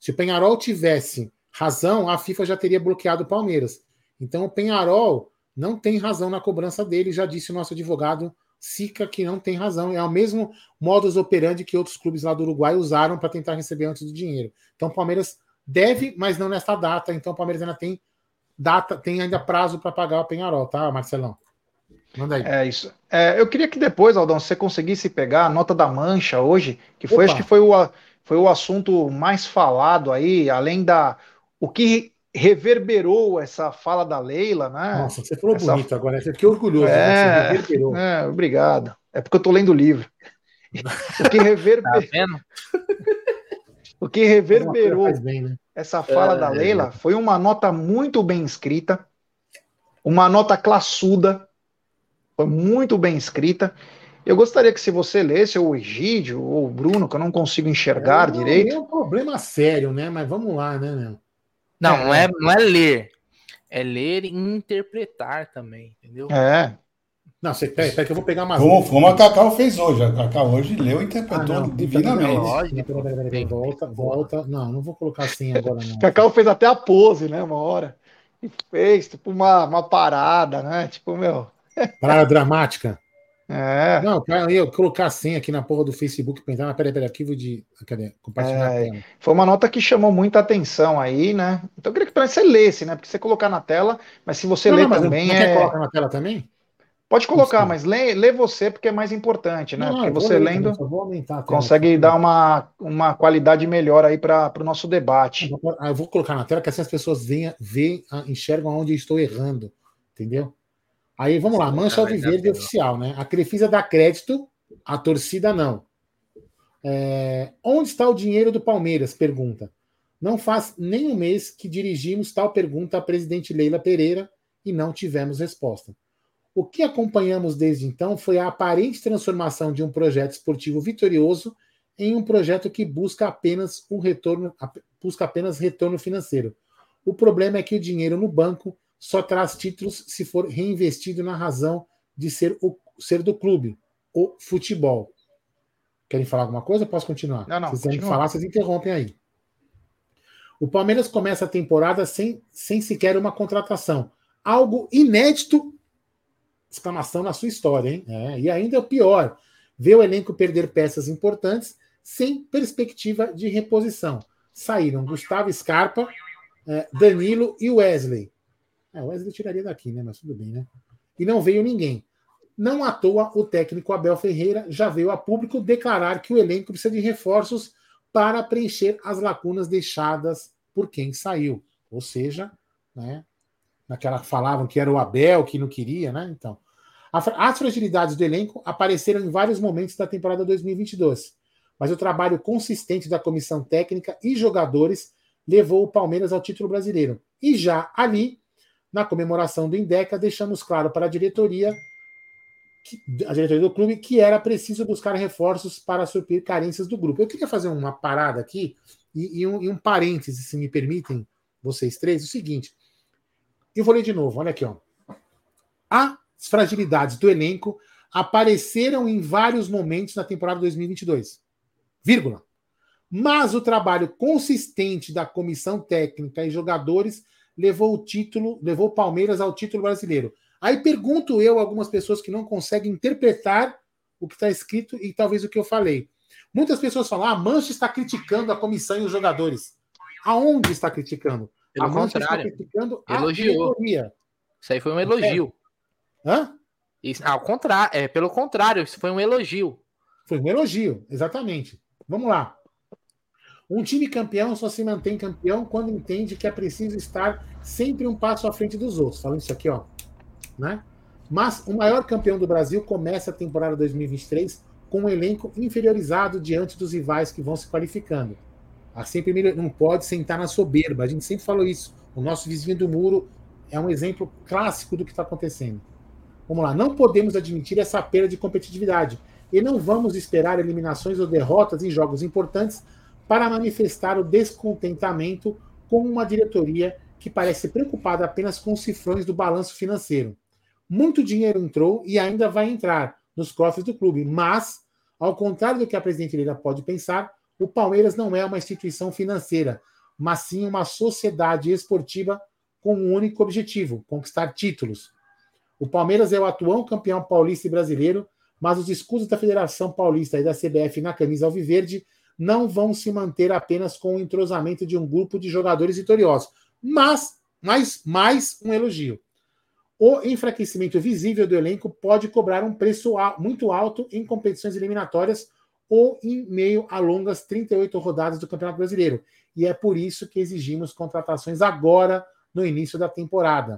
razão, a FIFA já teria bloqueado o Palmeiras. Então, o Peñarol não tem razão na cobrança dele, já disse o nosso advogado Sica que não tem razão. É o mesmo modus operandi que outros clubes lá do Uruguai usaram para tentar receber antes do dinheiro. Então, o Palmeiras deve, mas não nesta data. Então, o Palmeiras ainda tem ainda prazo para pagar o Peñarol, tá, Marcelão? Manda aí. É isso. Eu queria que depois, Aldão, você conseguisse pegar a nota da Mancha hoje, que foi, acho que foi o assunto mais falado aí, além o que reverberou essa fala da Leila, né? Nossa, você falou bonito agora, eu fiquei orgulhoso. Reverberou. Obrigado. É porque eu tô lendo o livro. O que reverberou, tá vendo? O que reverberou bem, né? Essa fala da Leila foi uma nota muito bem escrita, uma nota classuda, foi muito bem escrita. Eu gostaria que, se você lesse, ou o Egídio, ou o Bruno, que eu não consigo enxergar direito. É um problema sério, né? Mas vamos lá, né, meu? Não é ler. É ler e interpretar também, entendeu? Não, peraí que eu vou pegar uma. Como a Cacau fez hoje. A Cacau hoje leu e interpretou divinamente. Volta. Não vou colocar assim agora, não. Cacau fez até a pose, né? Uma hora. E fez, tipo, uma parada, né? Tipo, meu. Parada dramática. Não, eu ia colocar a senha aqui na porra do Facebook pra entrar. Peraí, arquivo de. Cadê? Compartilhar a tela. Foi uma nota que chamou muita atenção aí, né? Então eu queria que você lesse, né? Porque você colocar na tela, mas se você ler também. Quer colocar na tela também? Pode colocar, mas lê você, porque é mais importante, né? Porque você lendo consegue dar uma qualidade melhor aí para o nosso debate. Eu vou colocar na tela, que assim as pessoas enxergam onde eu estou errando, entendeu? Aí vamos lá, Mancha Alviverde oficial, né? A Crefisa dá crédito, a torcida não. Onde está o dinheiro do Palmeiras? Pergunta. Não faz nem um mês que dirigimos tal pergunta à presidente Leila Pereira e não tivemos resposta. O que acompanhamos desde então foi a aparente transformação de um projeto esportivo vitorioso em um projeto que busca apenas retorno financeiro. O problema é que o dinheiro no banco só traz títulos se for reinvestido na razão de ser do clube, o futebol. Querem falar alguma coisa? Posso continuar? Não. Se quiserem falar, vocês interrompem aí. O Palmeiras começa a temporada sem sequer uma contratação. Algo inédito, exclamação, na sua história, hein? E ainda é o pior, ver o elenco perder peças importantes sem perspectiva de reposição. Saíram Gustavo Scarpa, Danilo e Wesley. O Wesley tiraria daqui, né? Mas tudo bem, né? E não veio ninguém. Não à toa, o técnico Abel Ferreira já veio a público declarar que o elenco precisa de reforços para preencher as lacunas deixadas por quem saiu. Ou seja, né? Naquela falavam que era o Abel que não queria, né? Então, as fragilidades do elenco apareceram em vários momentos da temporada 2022, mas o trabalho consistente da comissão técnica e jogadores levou o Palmeiras ao título brasileiro. E já ali, na comemoração do Indeca, deixamos claro para a diretoria do clube que era preciso buscar reforços para suprir carências do grupo. Eu queria fazer uma parada aqui e um parêntese, se me permitem, vocês três, o seguinte. Eu vou ler de novo, olha aqui, ó. As fragilidades do elenco apareceram em vários momentos na temporada 2022. Vírgula. Mas o trabalho consistente da comissão técnica e jogadores levou o Palmeiras ao título brasileiro. Aí pergunto eu a algumas pessoas que não conseguem interpretar o que está escrito e talvez o que eu falei. Muitas pessoas falam, a Mancha está criticando a comissão e os jogadores. Aonde está criticando? Pelo a Mancha contrário, está criticando elogiou. a diretoria. Isso aí foi um elogio. Hã? Pelo contrário, isso foi um elogio. Foi um elogio, exatamente. Vamos lá. Um time campeão só se mantém campeão quando entende que é preciso estar sempre um passo à frente dos outros. Falando isso aqui, ó. Né? Mas o maior campeão do Brasil começa a temporada 2023 com um elenco inferiorizado diante dos rivais que vão se qualificando. Assim, primeiro, não pode sentar na soberba. A gente sempre falou isso. O nosso vizinho do muro é um exemplo clássico do que está acontecendo. Vamos lá. Não podemos admitir essa perda de competitividade e não vamos esperar eliminações ou derrotas em jogos importantes para manifestar o descontentamento com uma diretoria que parece preocupada apenas com os cifrões do balanço financeiro. Muito dinheiro entrou e ainda vai entrar nos cofres do clube, mas, ao contrário do que a presidente Leila pode pensar, o Palmeiras não é uma instituição financeira, mas sim uma sociedade esportiva com um único objetivo, conquistar títulos. O Palmeiras é o atual campeão paulista e brasileiro, mas os escudos da Federação Paulista e da CBF na camisa alviverde não vão se manter apenas com o entrosamento de um grupo de jogadores vitoriosos. Mas, mais um elogio. O enfraquecimento visível do elenco pode cobrar um preço muito alto em competições eliminatórias ou em meio a longas 38 rodadas do Campeonato Brasileiro. E é por isso que exigimos contratações agora, no início da temporada.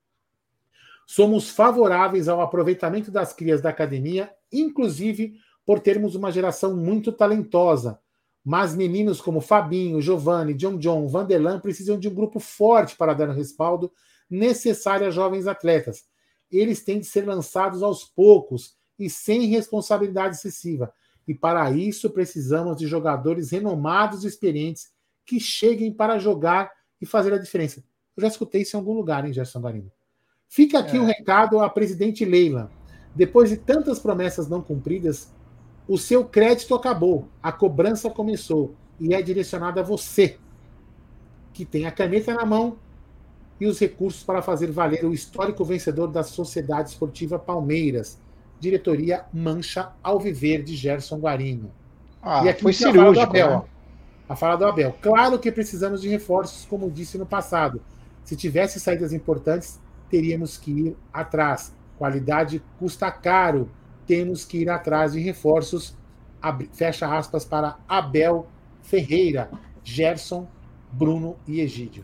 Somos favoráveis ao aproveitamento das crias da academia, inclusive por termos uma geração muito talentosa. Mas meninos como Fabinho, Giovani, John, Vanderlan precisam de um grupo forte para dar o respaldo necessário a jovens atletas. Eles têm de ser lançados aos poucos e sem responsabilidade excessiva. E para isso precisamos de jogadores renomados e experientes que cheguem para jogar e fazer a diferença. Eu já escutei isso em algum lugar, hein, Gerson Guarino? Fica aqui um recado à presidente Leila. Depois de tantas promessas não cumpridas, o seu crédito acabou, a cobrança começou e é direcionada a você, que tem a caneta na mão e os recursos para fazer valer o histórico vencedor da Sociedade Esportiva Palmeiras, diretoria Mancha Alviverde, Gerson Guarino. Ah, e aqui foi a fala do cirúrgico, Abel, né? ó. A fala do Abel. Claro que precisamos de reforços, como disse no passado. Se tivesse saídas importantes, teríamos que ir atrás. Qualidade custa caro. Temos que ir atrás de reforços. Fecha aspas para Abel Ferreira, Gerson, Bruno e Egídio.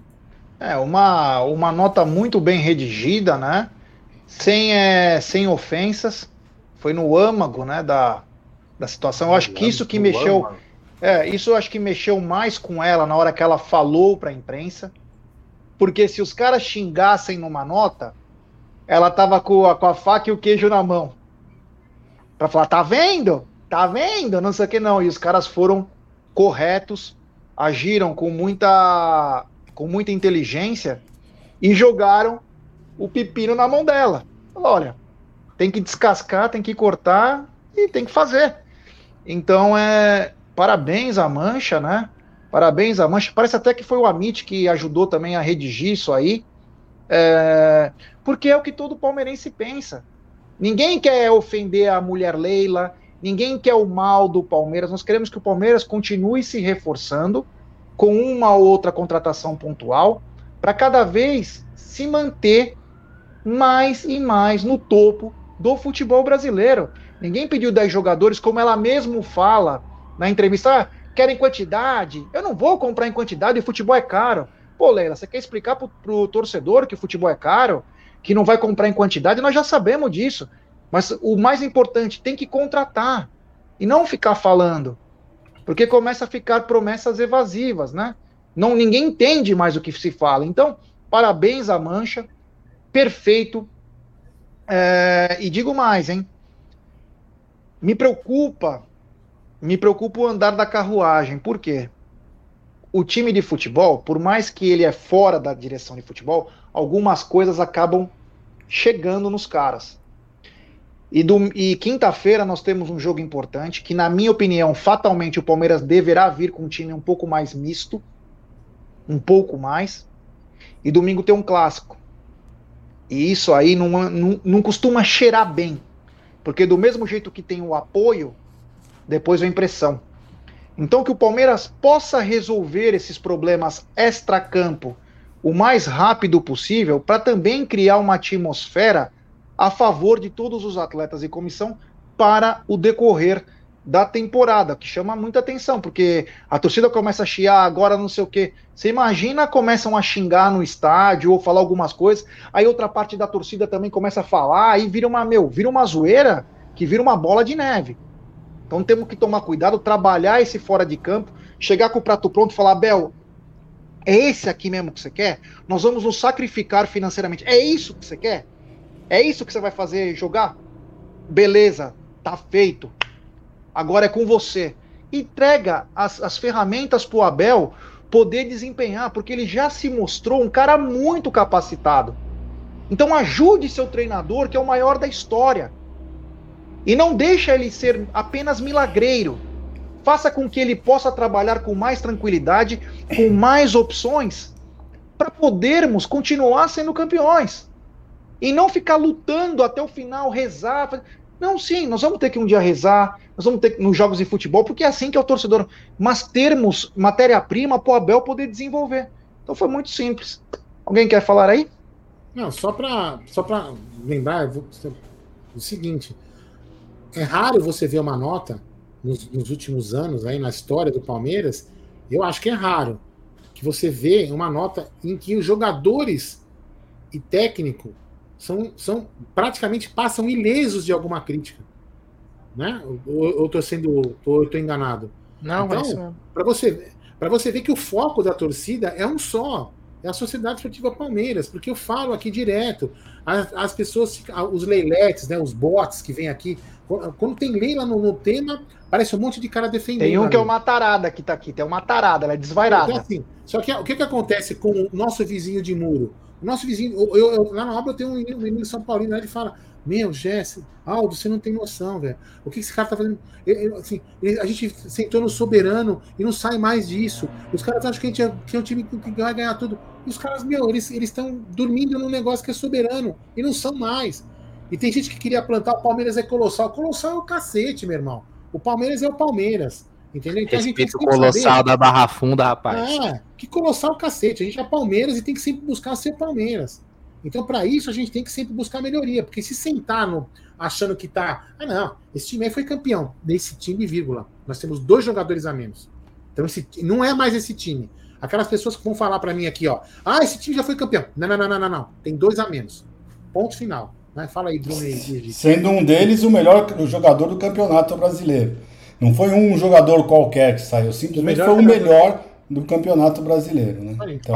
Uma nota muito bem redigida, né? Sem ofensas. Foi no âmago, né, da situação. Eu acho que isso que mexeu. Isso eu acho que mexeu mais com ela na hora que ela falou para a imprensa. Porque se os caras xingassem numa nota, ela tava com a faca e o queijo na mão. Para falar, tá vendo? Tá vendo? Não sei o que não. E os caras foram corretos, agiram com muita inteligência e jogaram o pepino na mão dela. Falou, olha, tem que descascar, tem que cortar e tem que fazer. Então, parabéns à Mancha, né? Parabéns à Mancha. Parece até que foi o Amit que ajudou também a redigir isso aí. Porque é o que todo palmeirense pensa. Ninguém quer ofender a mulher Leila, ninguém quer o mal do Palmeiras. Nós queremos que o Palmeiras continue se reforçando com uma ou outra contratação pontual para cada vez se manter mais e mais no topo do futebol brasileiro. Ninguém pediu 10 jogadores, como ela mesmo fala na entrevista. Querem quantidade? Eu não vou comprar em quantidade, o futebol é caro. Pô, Leila, você quer explicar pro torcedor que o futebol é caro? Que não vai comprar em quantidade? Nós já sabemos disso. Mas o mais importante, tem que contratar. E não ficar falando. Porque começa a ficar promessas evasivas, né? Ninguém entende mais o que se fala. Então, parabéns à Mancha. Perfeito. E digo mais, hein? Me preocupa o andar da carruagem. Por quê? O time de futebol, por mais que ele é fora da direção de futebol, algumas coisas acabam chegando nos caras. E quinta-feira nós temos um jogo importante, que na minha opinião, fatalmente o Palmeiras deverá vir com um time um pouco mais misto, um pouco mais, e domingo tem um clássico. E isso aí não costuma cheirar bem, porque do mesmo jeito que tem o apoio, depois vem pressão. Então que o Palmeiras possa resolver esses problemas extracampo o mais rápido possível, para também criar uma atmosfera a favor de todos os atletas e comissão para o decorrer da temporada, que chama muita atenção, porque a torcida começa a chiar, agora não sei o quê. Você imagina, começam a xingar no estádio ou falar algumas coisas, aí outra parte da torcida também começa a falar, aí vira uma zoeira que vira uma bola de neve. Então temos que tomar cuidado, trabalhar esse fora de campo, chegar com o prato pronto e falar, Abel, é esse aqui mesmo que você quer? Nós vamos nos sacrificar financeiramente. É isso que você quer? É isso que você vai fazer, jogar? Beleza, tá feito. Agora é com você. Entrega as ferramentas pro Abel poder desempenhar, porque ele já se mostrou um cara muito capacitado. Então ajude seu treinador, que é o maior da história. E não deixa ele ser apenas milagreiro. Faça com que ele possa trabalhar com mais tranquilidade, com mais opções, para podermos continuar sendo campeões. E não ficar lutando até o final, rezar. Não, sim, nós vamos ter que um dia rezar, nós vamos ter que nos jogos de futebol, porque é assim que é o torcedor. Mas termos matéria-prima para o Abel poder desenvolver. Então foi muito simples. Alguém quer falar aí? Não, só para lembrar o seguinte: é raro você ver uma nota nos últimos anos, aí na história do Palmeiras, eu acho que é raro que você vê uma nota em que os jogadores e técnico são praticamente passam ilesos de alguma crítica, né? Ou eu tô enganado? Não, então, para você ver que o foco da torcida é um só, é a Sociedade Esportiva Palmeiras, porque eu falo aqui direto, as pessoas, os leiletes, né, os bots que vêm aqui, quando tem Leila no tema, parece um monte de cara defendendo. Tem um que é uma tarada que tá aqui, tem uma tarada, ela é desvairada. Então, assim, só que o que acontece com o nosso vizinho de muro? O nosso vizinho, lá na obra eu tenho um menino São Paulino, aí ele fala, meu, Jesse, Aldo, você não tem noção, velho. O que esse cara tá fazendo? A gente sentou no Soberano e não sai mais disso. Os caras acham que a gente é um time que vai ganhar tudo. E os caras, meu, eles estão dormindo num negócio que é soberano e não são mais. E tem gente que queria plantar o Palmeiras é colossal. Colossal é o cacete, meu irmão. O Palmeiras é o Palmeiras. Entendeu? Então, respeito o colossal da Barra Funda, rapaz. Que colossal cacete. A gente é Palmeiras e tem que sempre buscar ser Palmeiras. Então, para isso, a gente tem que sempre buscar melhoria. Porque se sentar achando que tá. Ah, não, esse time aí foi campeão. Nesse time, vírgula. Nós temos 2 jogadores a menos. Então, não é mais esse time. Aquelas pessoas que vão falar para mim aqui, ó. Ah, esse time já foi campeão. Não. Tem 2 a menos. Ponto final. Fala aí, Bruno. Sendo um deles o melhor jogador do Campeonato Brasileiro. Não foi um jogador qualquer que saiu, simplesmente foi o melhor do Campeonato Brasileiro, né? Então,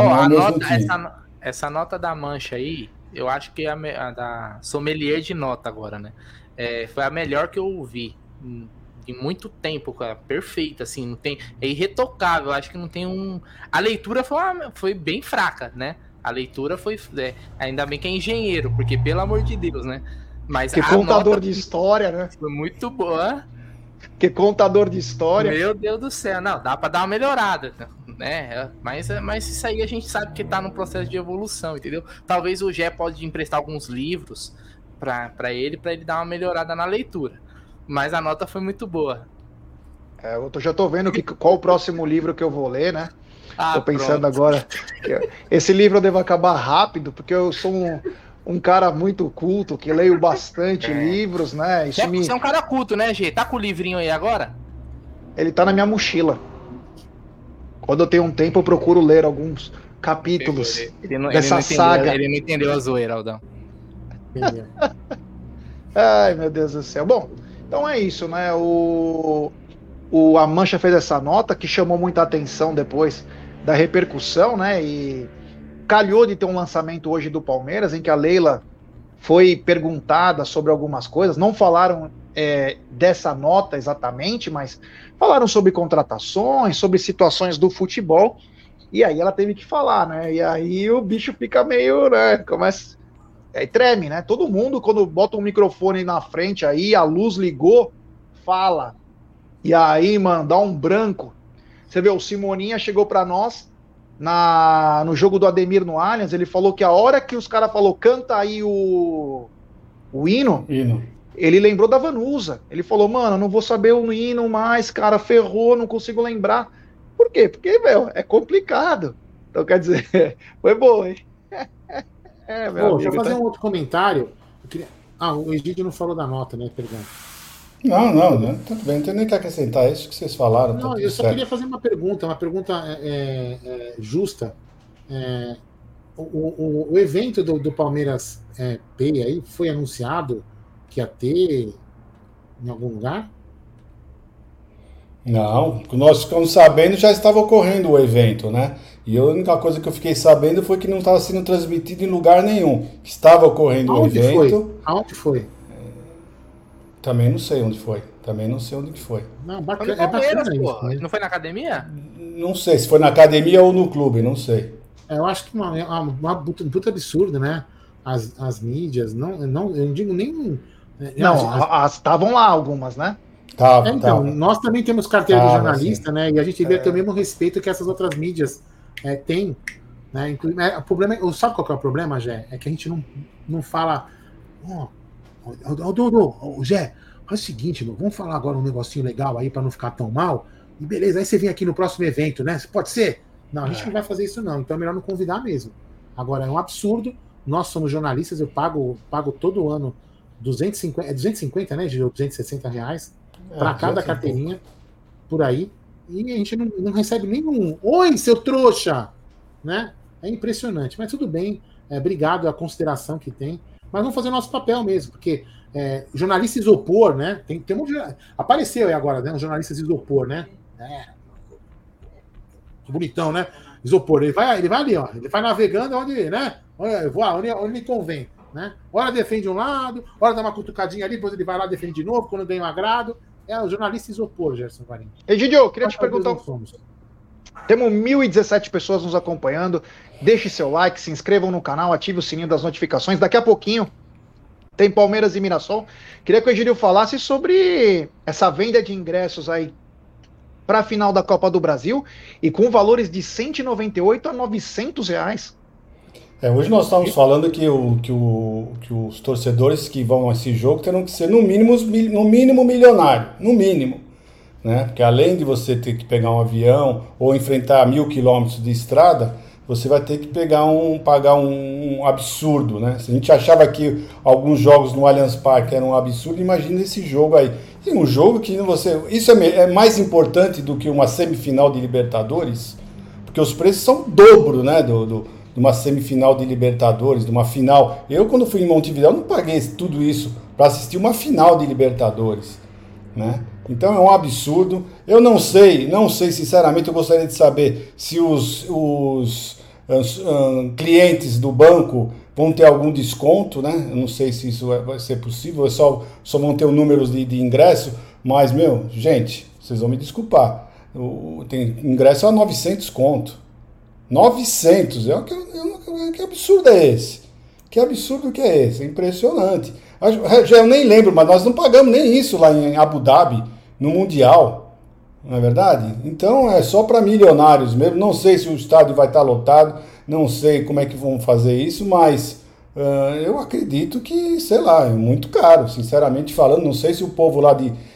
essa nota da Mancha aí, eu acho que é a da sommelier de nota agora, né? Foi a melhor que eu ouvi em muito tempo, cara. Perfeita, assim, não tem, é irretocável, acho que não tem a leitura foi bem fraca, né? A leitura foi, ainda bem que é engenheiro, porque pelo amor de Deus, né? Mas que contador de história, né? Foi muito boa. Que contador de história. Meu Deus do céu, não, dá pra dar uma melhorada, né? Mas isso aí a gente sabe que tá num processo de evolução, entendeu? Talvez o Gé pode emprestar alguns livros pra ele dar uma melhorada na leitura. Mas a nota foi muito boa. Eu já tô vendo qual o próximo livro que eu vou ler, né? Tô pensando agora. Esse livro eu devo acabar rápido, porque eu sou um cara muito culto, que leio bastante livros, né? Você é um cara culto, né, Gê? Tá com o livrinho aí agora? Ele tá na minha mochila. Quando eu tenho um tempo, eu procuro ler alguns capítulos dessa saga. Ele não entendeu a zoeira, Aldão. Ai, meu Deus do céu. Bom, então é isso, né? A Mancha fez essa nota que chamou muita atenção depois da repercussão, né? E calhou de ter um lançamento hoje do Palmeiras, em que a Leila foi perguntada sobre algumas coisas. Não falaram dessa nota exatamente, mas falaram sobre contratações, sobre situações do futebol. E aí ela teve que falar, né? E aí o bicho fica meio, né? Aí treme, né? Todo mundo, quando bota um microfone na frente aí, a luz ligou, fala. E aí, mano, dá um branco. Você vê, o Simoninha chegou pra nós no jogo do Ademir no Allianz, ele falou que a hora que os caras falou, canta aí o hino, ele lembrou da Vanusa. Ele falou, mano, não vou saber o hino mais, cara, ferrou, não consigo lembrar. Por quê? Porque, meu, é complicado. Então, quer dizer, foi bom, hein? Meu amigo, deixa eu fazer um outro comentário. O Egídio não falou da nota, né? Perdão. Não, tudo bem, não tem nem que acrescentar isso que vocês falaram. Não, eu só queria fazer uma pergunta justa. O evento do Palmeiras Pay aí foi anunciado que ia ter em algum lugar? Não, nós ficamos sabendo, já estava ocorrendo o evento, né? E a única coisa que eu fiquei sabendo foi que não estava sendo transmitido em lugar nenhum. Estava ocorrendo o evento. Aonde foi? Também não sei onde foi. Também não sei onde que foi. Não, bacana, é bacana isso, né? Não foi na academia? Não sei se foi na academia ou no clube, não sei. Eu acho que uma puta absurda, né? As mídias, eu não digo nem... Não, estavam lá algumas, né? Então, nós também temos carteira de jornalista, sim, né? E a gente devia ter o mesmo respeito que essas outras mídias têm. Né? O problema, sabe qual que é o problema, Gé? É que a gente não fala. Gé, faz o seguinte, vamos falar agora um negocinho legal aí para não ficar tão mal. E beleza, aí você vem aqui no próximo evento, né? Pode ser? Não, a gente não vai fazer isso, não. Então é melhor não convidar mesmo. Agora, é um absurdo. Nós somos jornalistas, eu pago todo ano 250, né? De R$260 para cada carteirinha por aí, e a gente não recebe nenhum oi, seu trouxa, né? É impressionante, mas tudo bem, obrigado a consideração que tem, mas vamos fazer o nosso papel mesmo, porque jornalista isopor, né? Tem apareceu aí agora, né? Os jornalistas isopor, né? Bonitão, né? Isopor, ele vai ali, ó, ele vai navegando onde, né? Onde me convém, né? Ora defende um lado, ora dá uma cutucadinha ali, depois ele vai lá e defende de novo, quando ganha um agrado. O jornalista isopor, Gerson Varim. Egidio, queria te perguntar. Temos 1.017 pessoas nos acompanhando. Deixe seu like, se inscrevam no canal, ative o sininho das notificações. Daqui a pouquinho tem Palmeiras e Mirassol. Queria que o Egidio falasse sobre essa venda de ingressos aí para a final da Copa do Brasil e com valores de R$198 a R$900. Hoje nós estamos falando que os torcedores que vão a esse jogo terão que ser no mínimo milionário, no mínimo, né? Porque além de você ter que pegar um avião ou enfrentar 1.000 quilômetros de estrada, você vai ter que pagar um absurdo, né? Se a gente achava que alguns jogos no Allianz Parque eram um absurdo, imagina esse jogo aí. E um jogo que isso é mais importante do que uma semifinal de Libertadores, porque os preços são o dobro, né? De uma semifinal de Libertadores, de uma final. Eu, quando fui em Montevidéu, não paguei tudo isso para assistir uma final de Libertadores, né? Então é um absurdo. Eu não sei, sinceramente, eu gostaria de saber se os clientes do banco vão ter algum desconto, né? Eu não sei se isso vai ser possível, só vão ter o número de ingresso, mas, gente, vocês vão me desculpar. Tem ingresso a 900 conto. 900, que absurdo é esse? Que absurdo que é esse? É impressionante. Eu nem lembro, mas nós não pagamos nem isso lá em Abu Dhabi, no Mundial, não é verdade? Então é só para milionários mesmo. Não sei se o estádio vai estar lotado, não sei como é que vão fazer isso, mas eu acredito que, sei lá, é muito caro, sinceramente falando. Não sei se o povo lá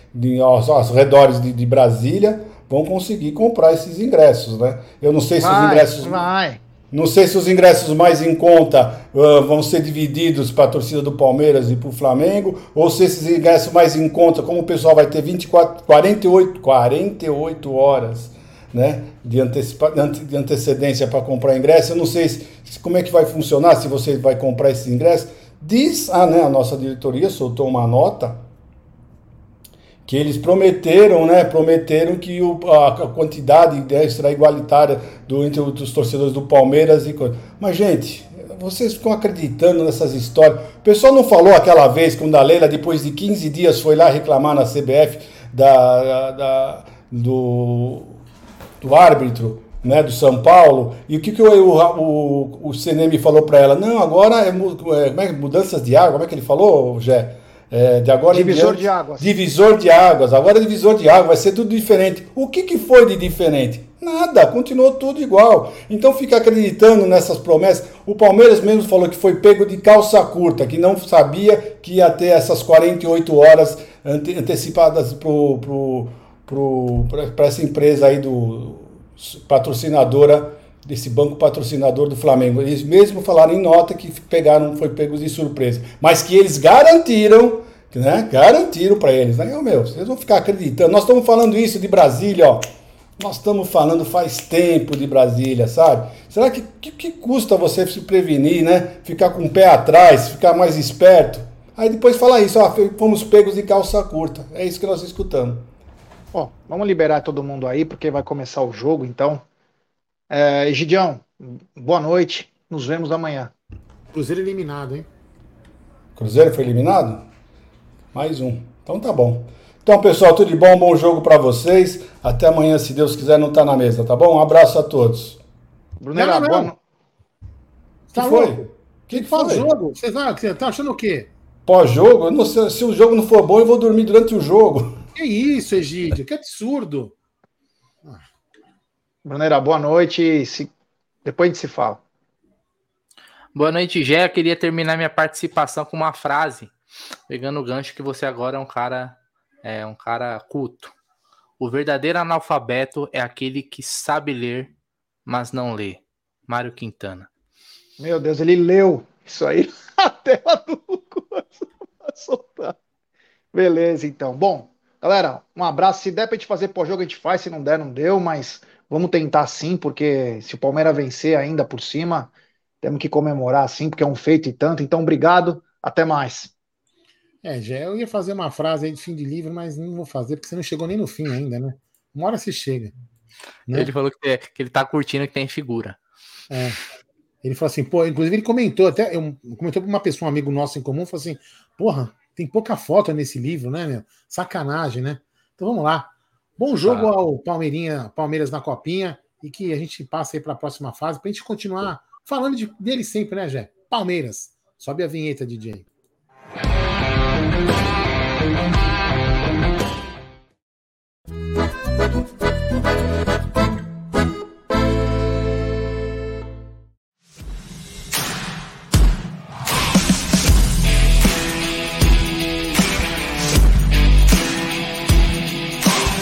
aos redores de Brasília vão conseguir comprar esses ingressos, né? Eu não sei se os ingressos... Não sei se os ingressos mais em conta vão ser divididos para a torcida do Palmeiras e para o Flamengo, ou se esses ingressos mais em conta, como o pessoal vai ter 48 horas, né, de antecedência para comprar ingresso. Eu não sei como é que vai funcionar, se você vai comprar esses ingressos. Diz, a nossa diretoria soltou uma nota que eles prometeram que a quantidade será igualitária entre os torcedores do Palmeiras e coisa. Mas, gente, vocês ficam acreditando nessas histórias. O pessoal não falou aquela vez quando a Leila, depois de 15 dias, foi lá reclamar na CBF do árbitro, né, do São Paulo, e o que o CNM falou para ela? Não, agora mudanças de água, como é que ele falou, Gé? De agora divisor de águas. Divisor de águas, agora é divisor de águas, vai ser tudo diferente. O que foi de diferente? Nada, continuou tudo igual. Então fica acreditando nessas promessas. O Palmeiras mesmo falou que foi pego de calça curta, que não sabia que ia ter essas 48 horas antecipadas para essa empresa aí patrocinadora, desse banco patrocinador do Flamengo. Eles mesmo falaram em nota que foi pegos de surpresa. Mas que eles garantiram, né? Garantiram para eles. Né? Vocês vão ficar acreditando. Nós estamos falando isso de Brasília, ó. Nós estamos falando faz tempo de Brasília, sabe? Será que custa você se prevenir, né? Ficar com o pé atrás, ficar mais esperto? Aí depois falar isso, ó, fomos pegos de calça curta. É isso que nós escutamos. Ó, vamos liberar todo mundo aí, porque vai começar o jogo, então. Egidião, boa noite. Nos vemos amanhã. Cruzeiro eliminado, hein? Cruzeiro foi eliminado? Mais um. Então tá bom. Então, pessoal, tudo de bom, bom jogo para vocês. Até amanhã, se Deus quiser, não tá na mesa, tá bom? Um abraço a todos. Brunera, não. boa noite. Tá que foi? louco? Que Pós-jogo? Você tá achando o quê? Pós-jogo? Eu não sei, se o jogo não for bom, eu vou dormir durante o jogo. Que isso, Egídio? Que absurdo. Brunera, boa noite. Depois a gente se fala. Boa noite, Gé. Eu queria terminar minha participação com uma frase, pegando o gancho que você agora é um cara culto. O verdadeiro analfabeto é aquele que sabe ler, mas não lê. Mário Quintana. Meu Deus, ele leu isso aí na tela do soltar. Beleza, então. Bom, galera, um abraço. Se der pra gente fazer pós-jogo, a gente faz. Se não der, não deu, mas vamos tentar sim, porque se o Palmeiras vencer ainda por cima, temos que comemorar sim, porque é um feito e tanto. Então, obrigado. Até mais. Eu ia fazer uma frase aí de fim de livro, mas não vou fazer, porque você não chegou nem no fim ainda, né? Uma hora você chega. Né? Ele falou que ele tá curtindo que tem figura. Ele falou assim, inclusive ele comentou, comentou pra uma pessoa, um amigo nosso em comum, falou assim, porra, tem pouca foto nesse livro, né, meu? Sacanagem, né? Então vamos lá. Bom jogo ao Palmeiras na Copinha, e que a gente passe aí para a próxima fase, pra gente continuar falando dele sempre, né, Gé? Palmeiras. Sobe a vinheta, DJ.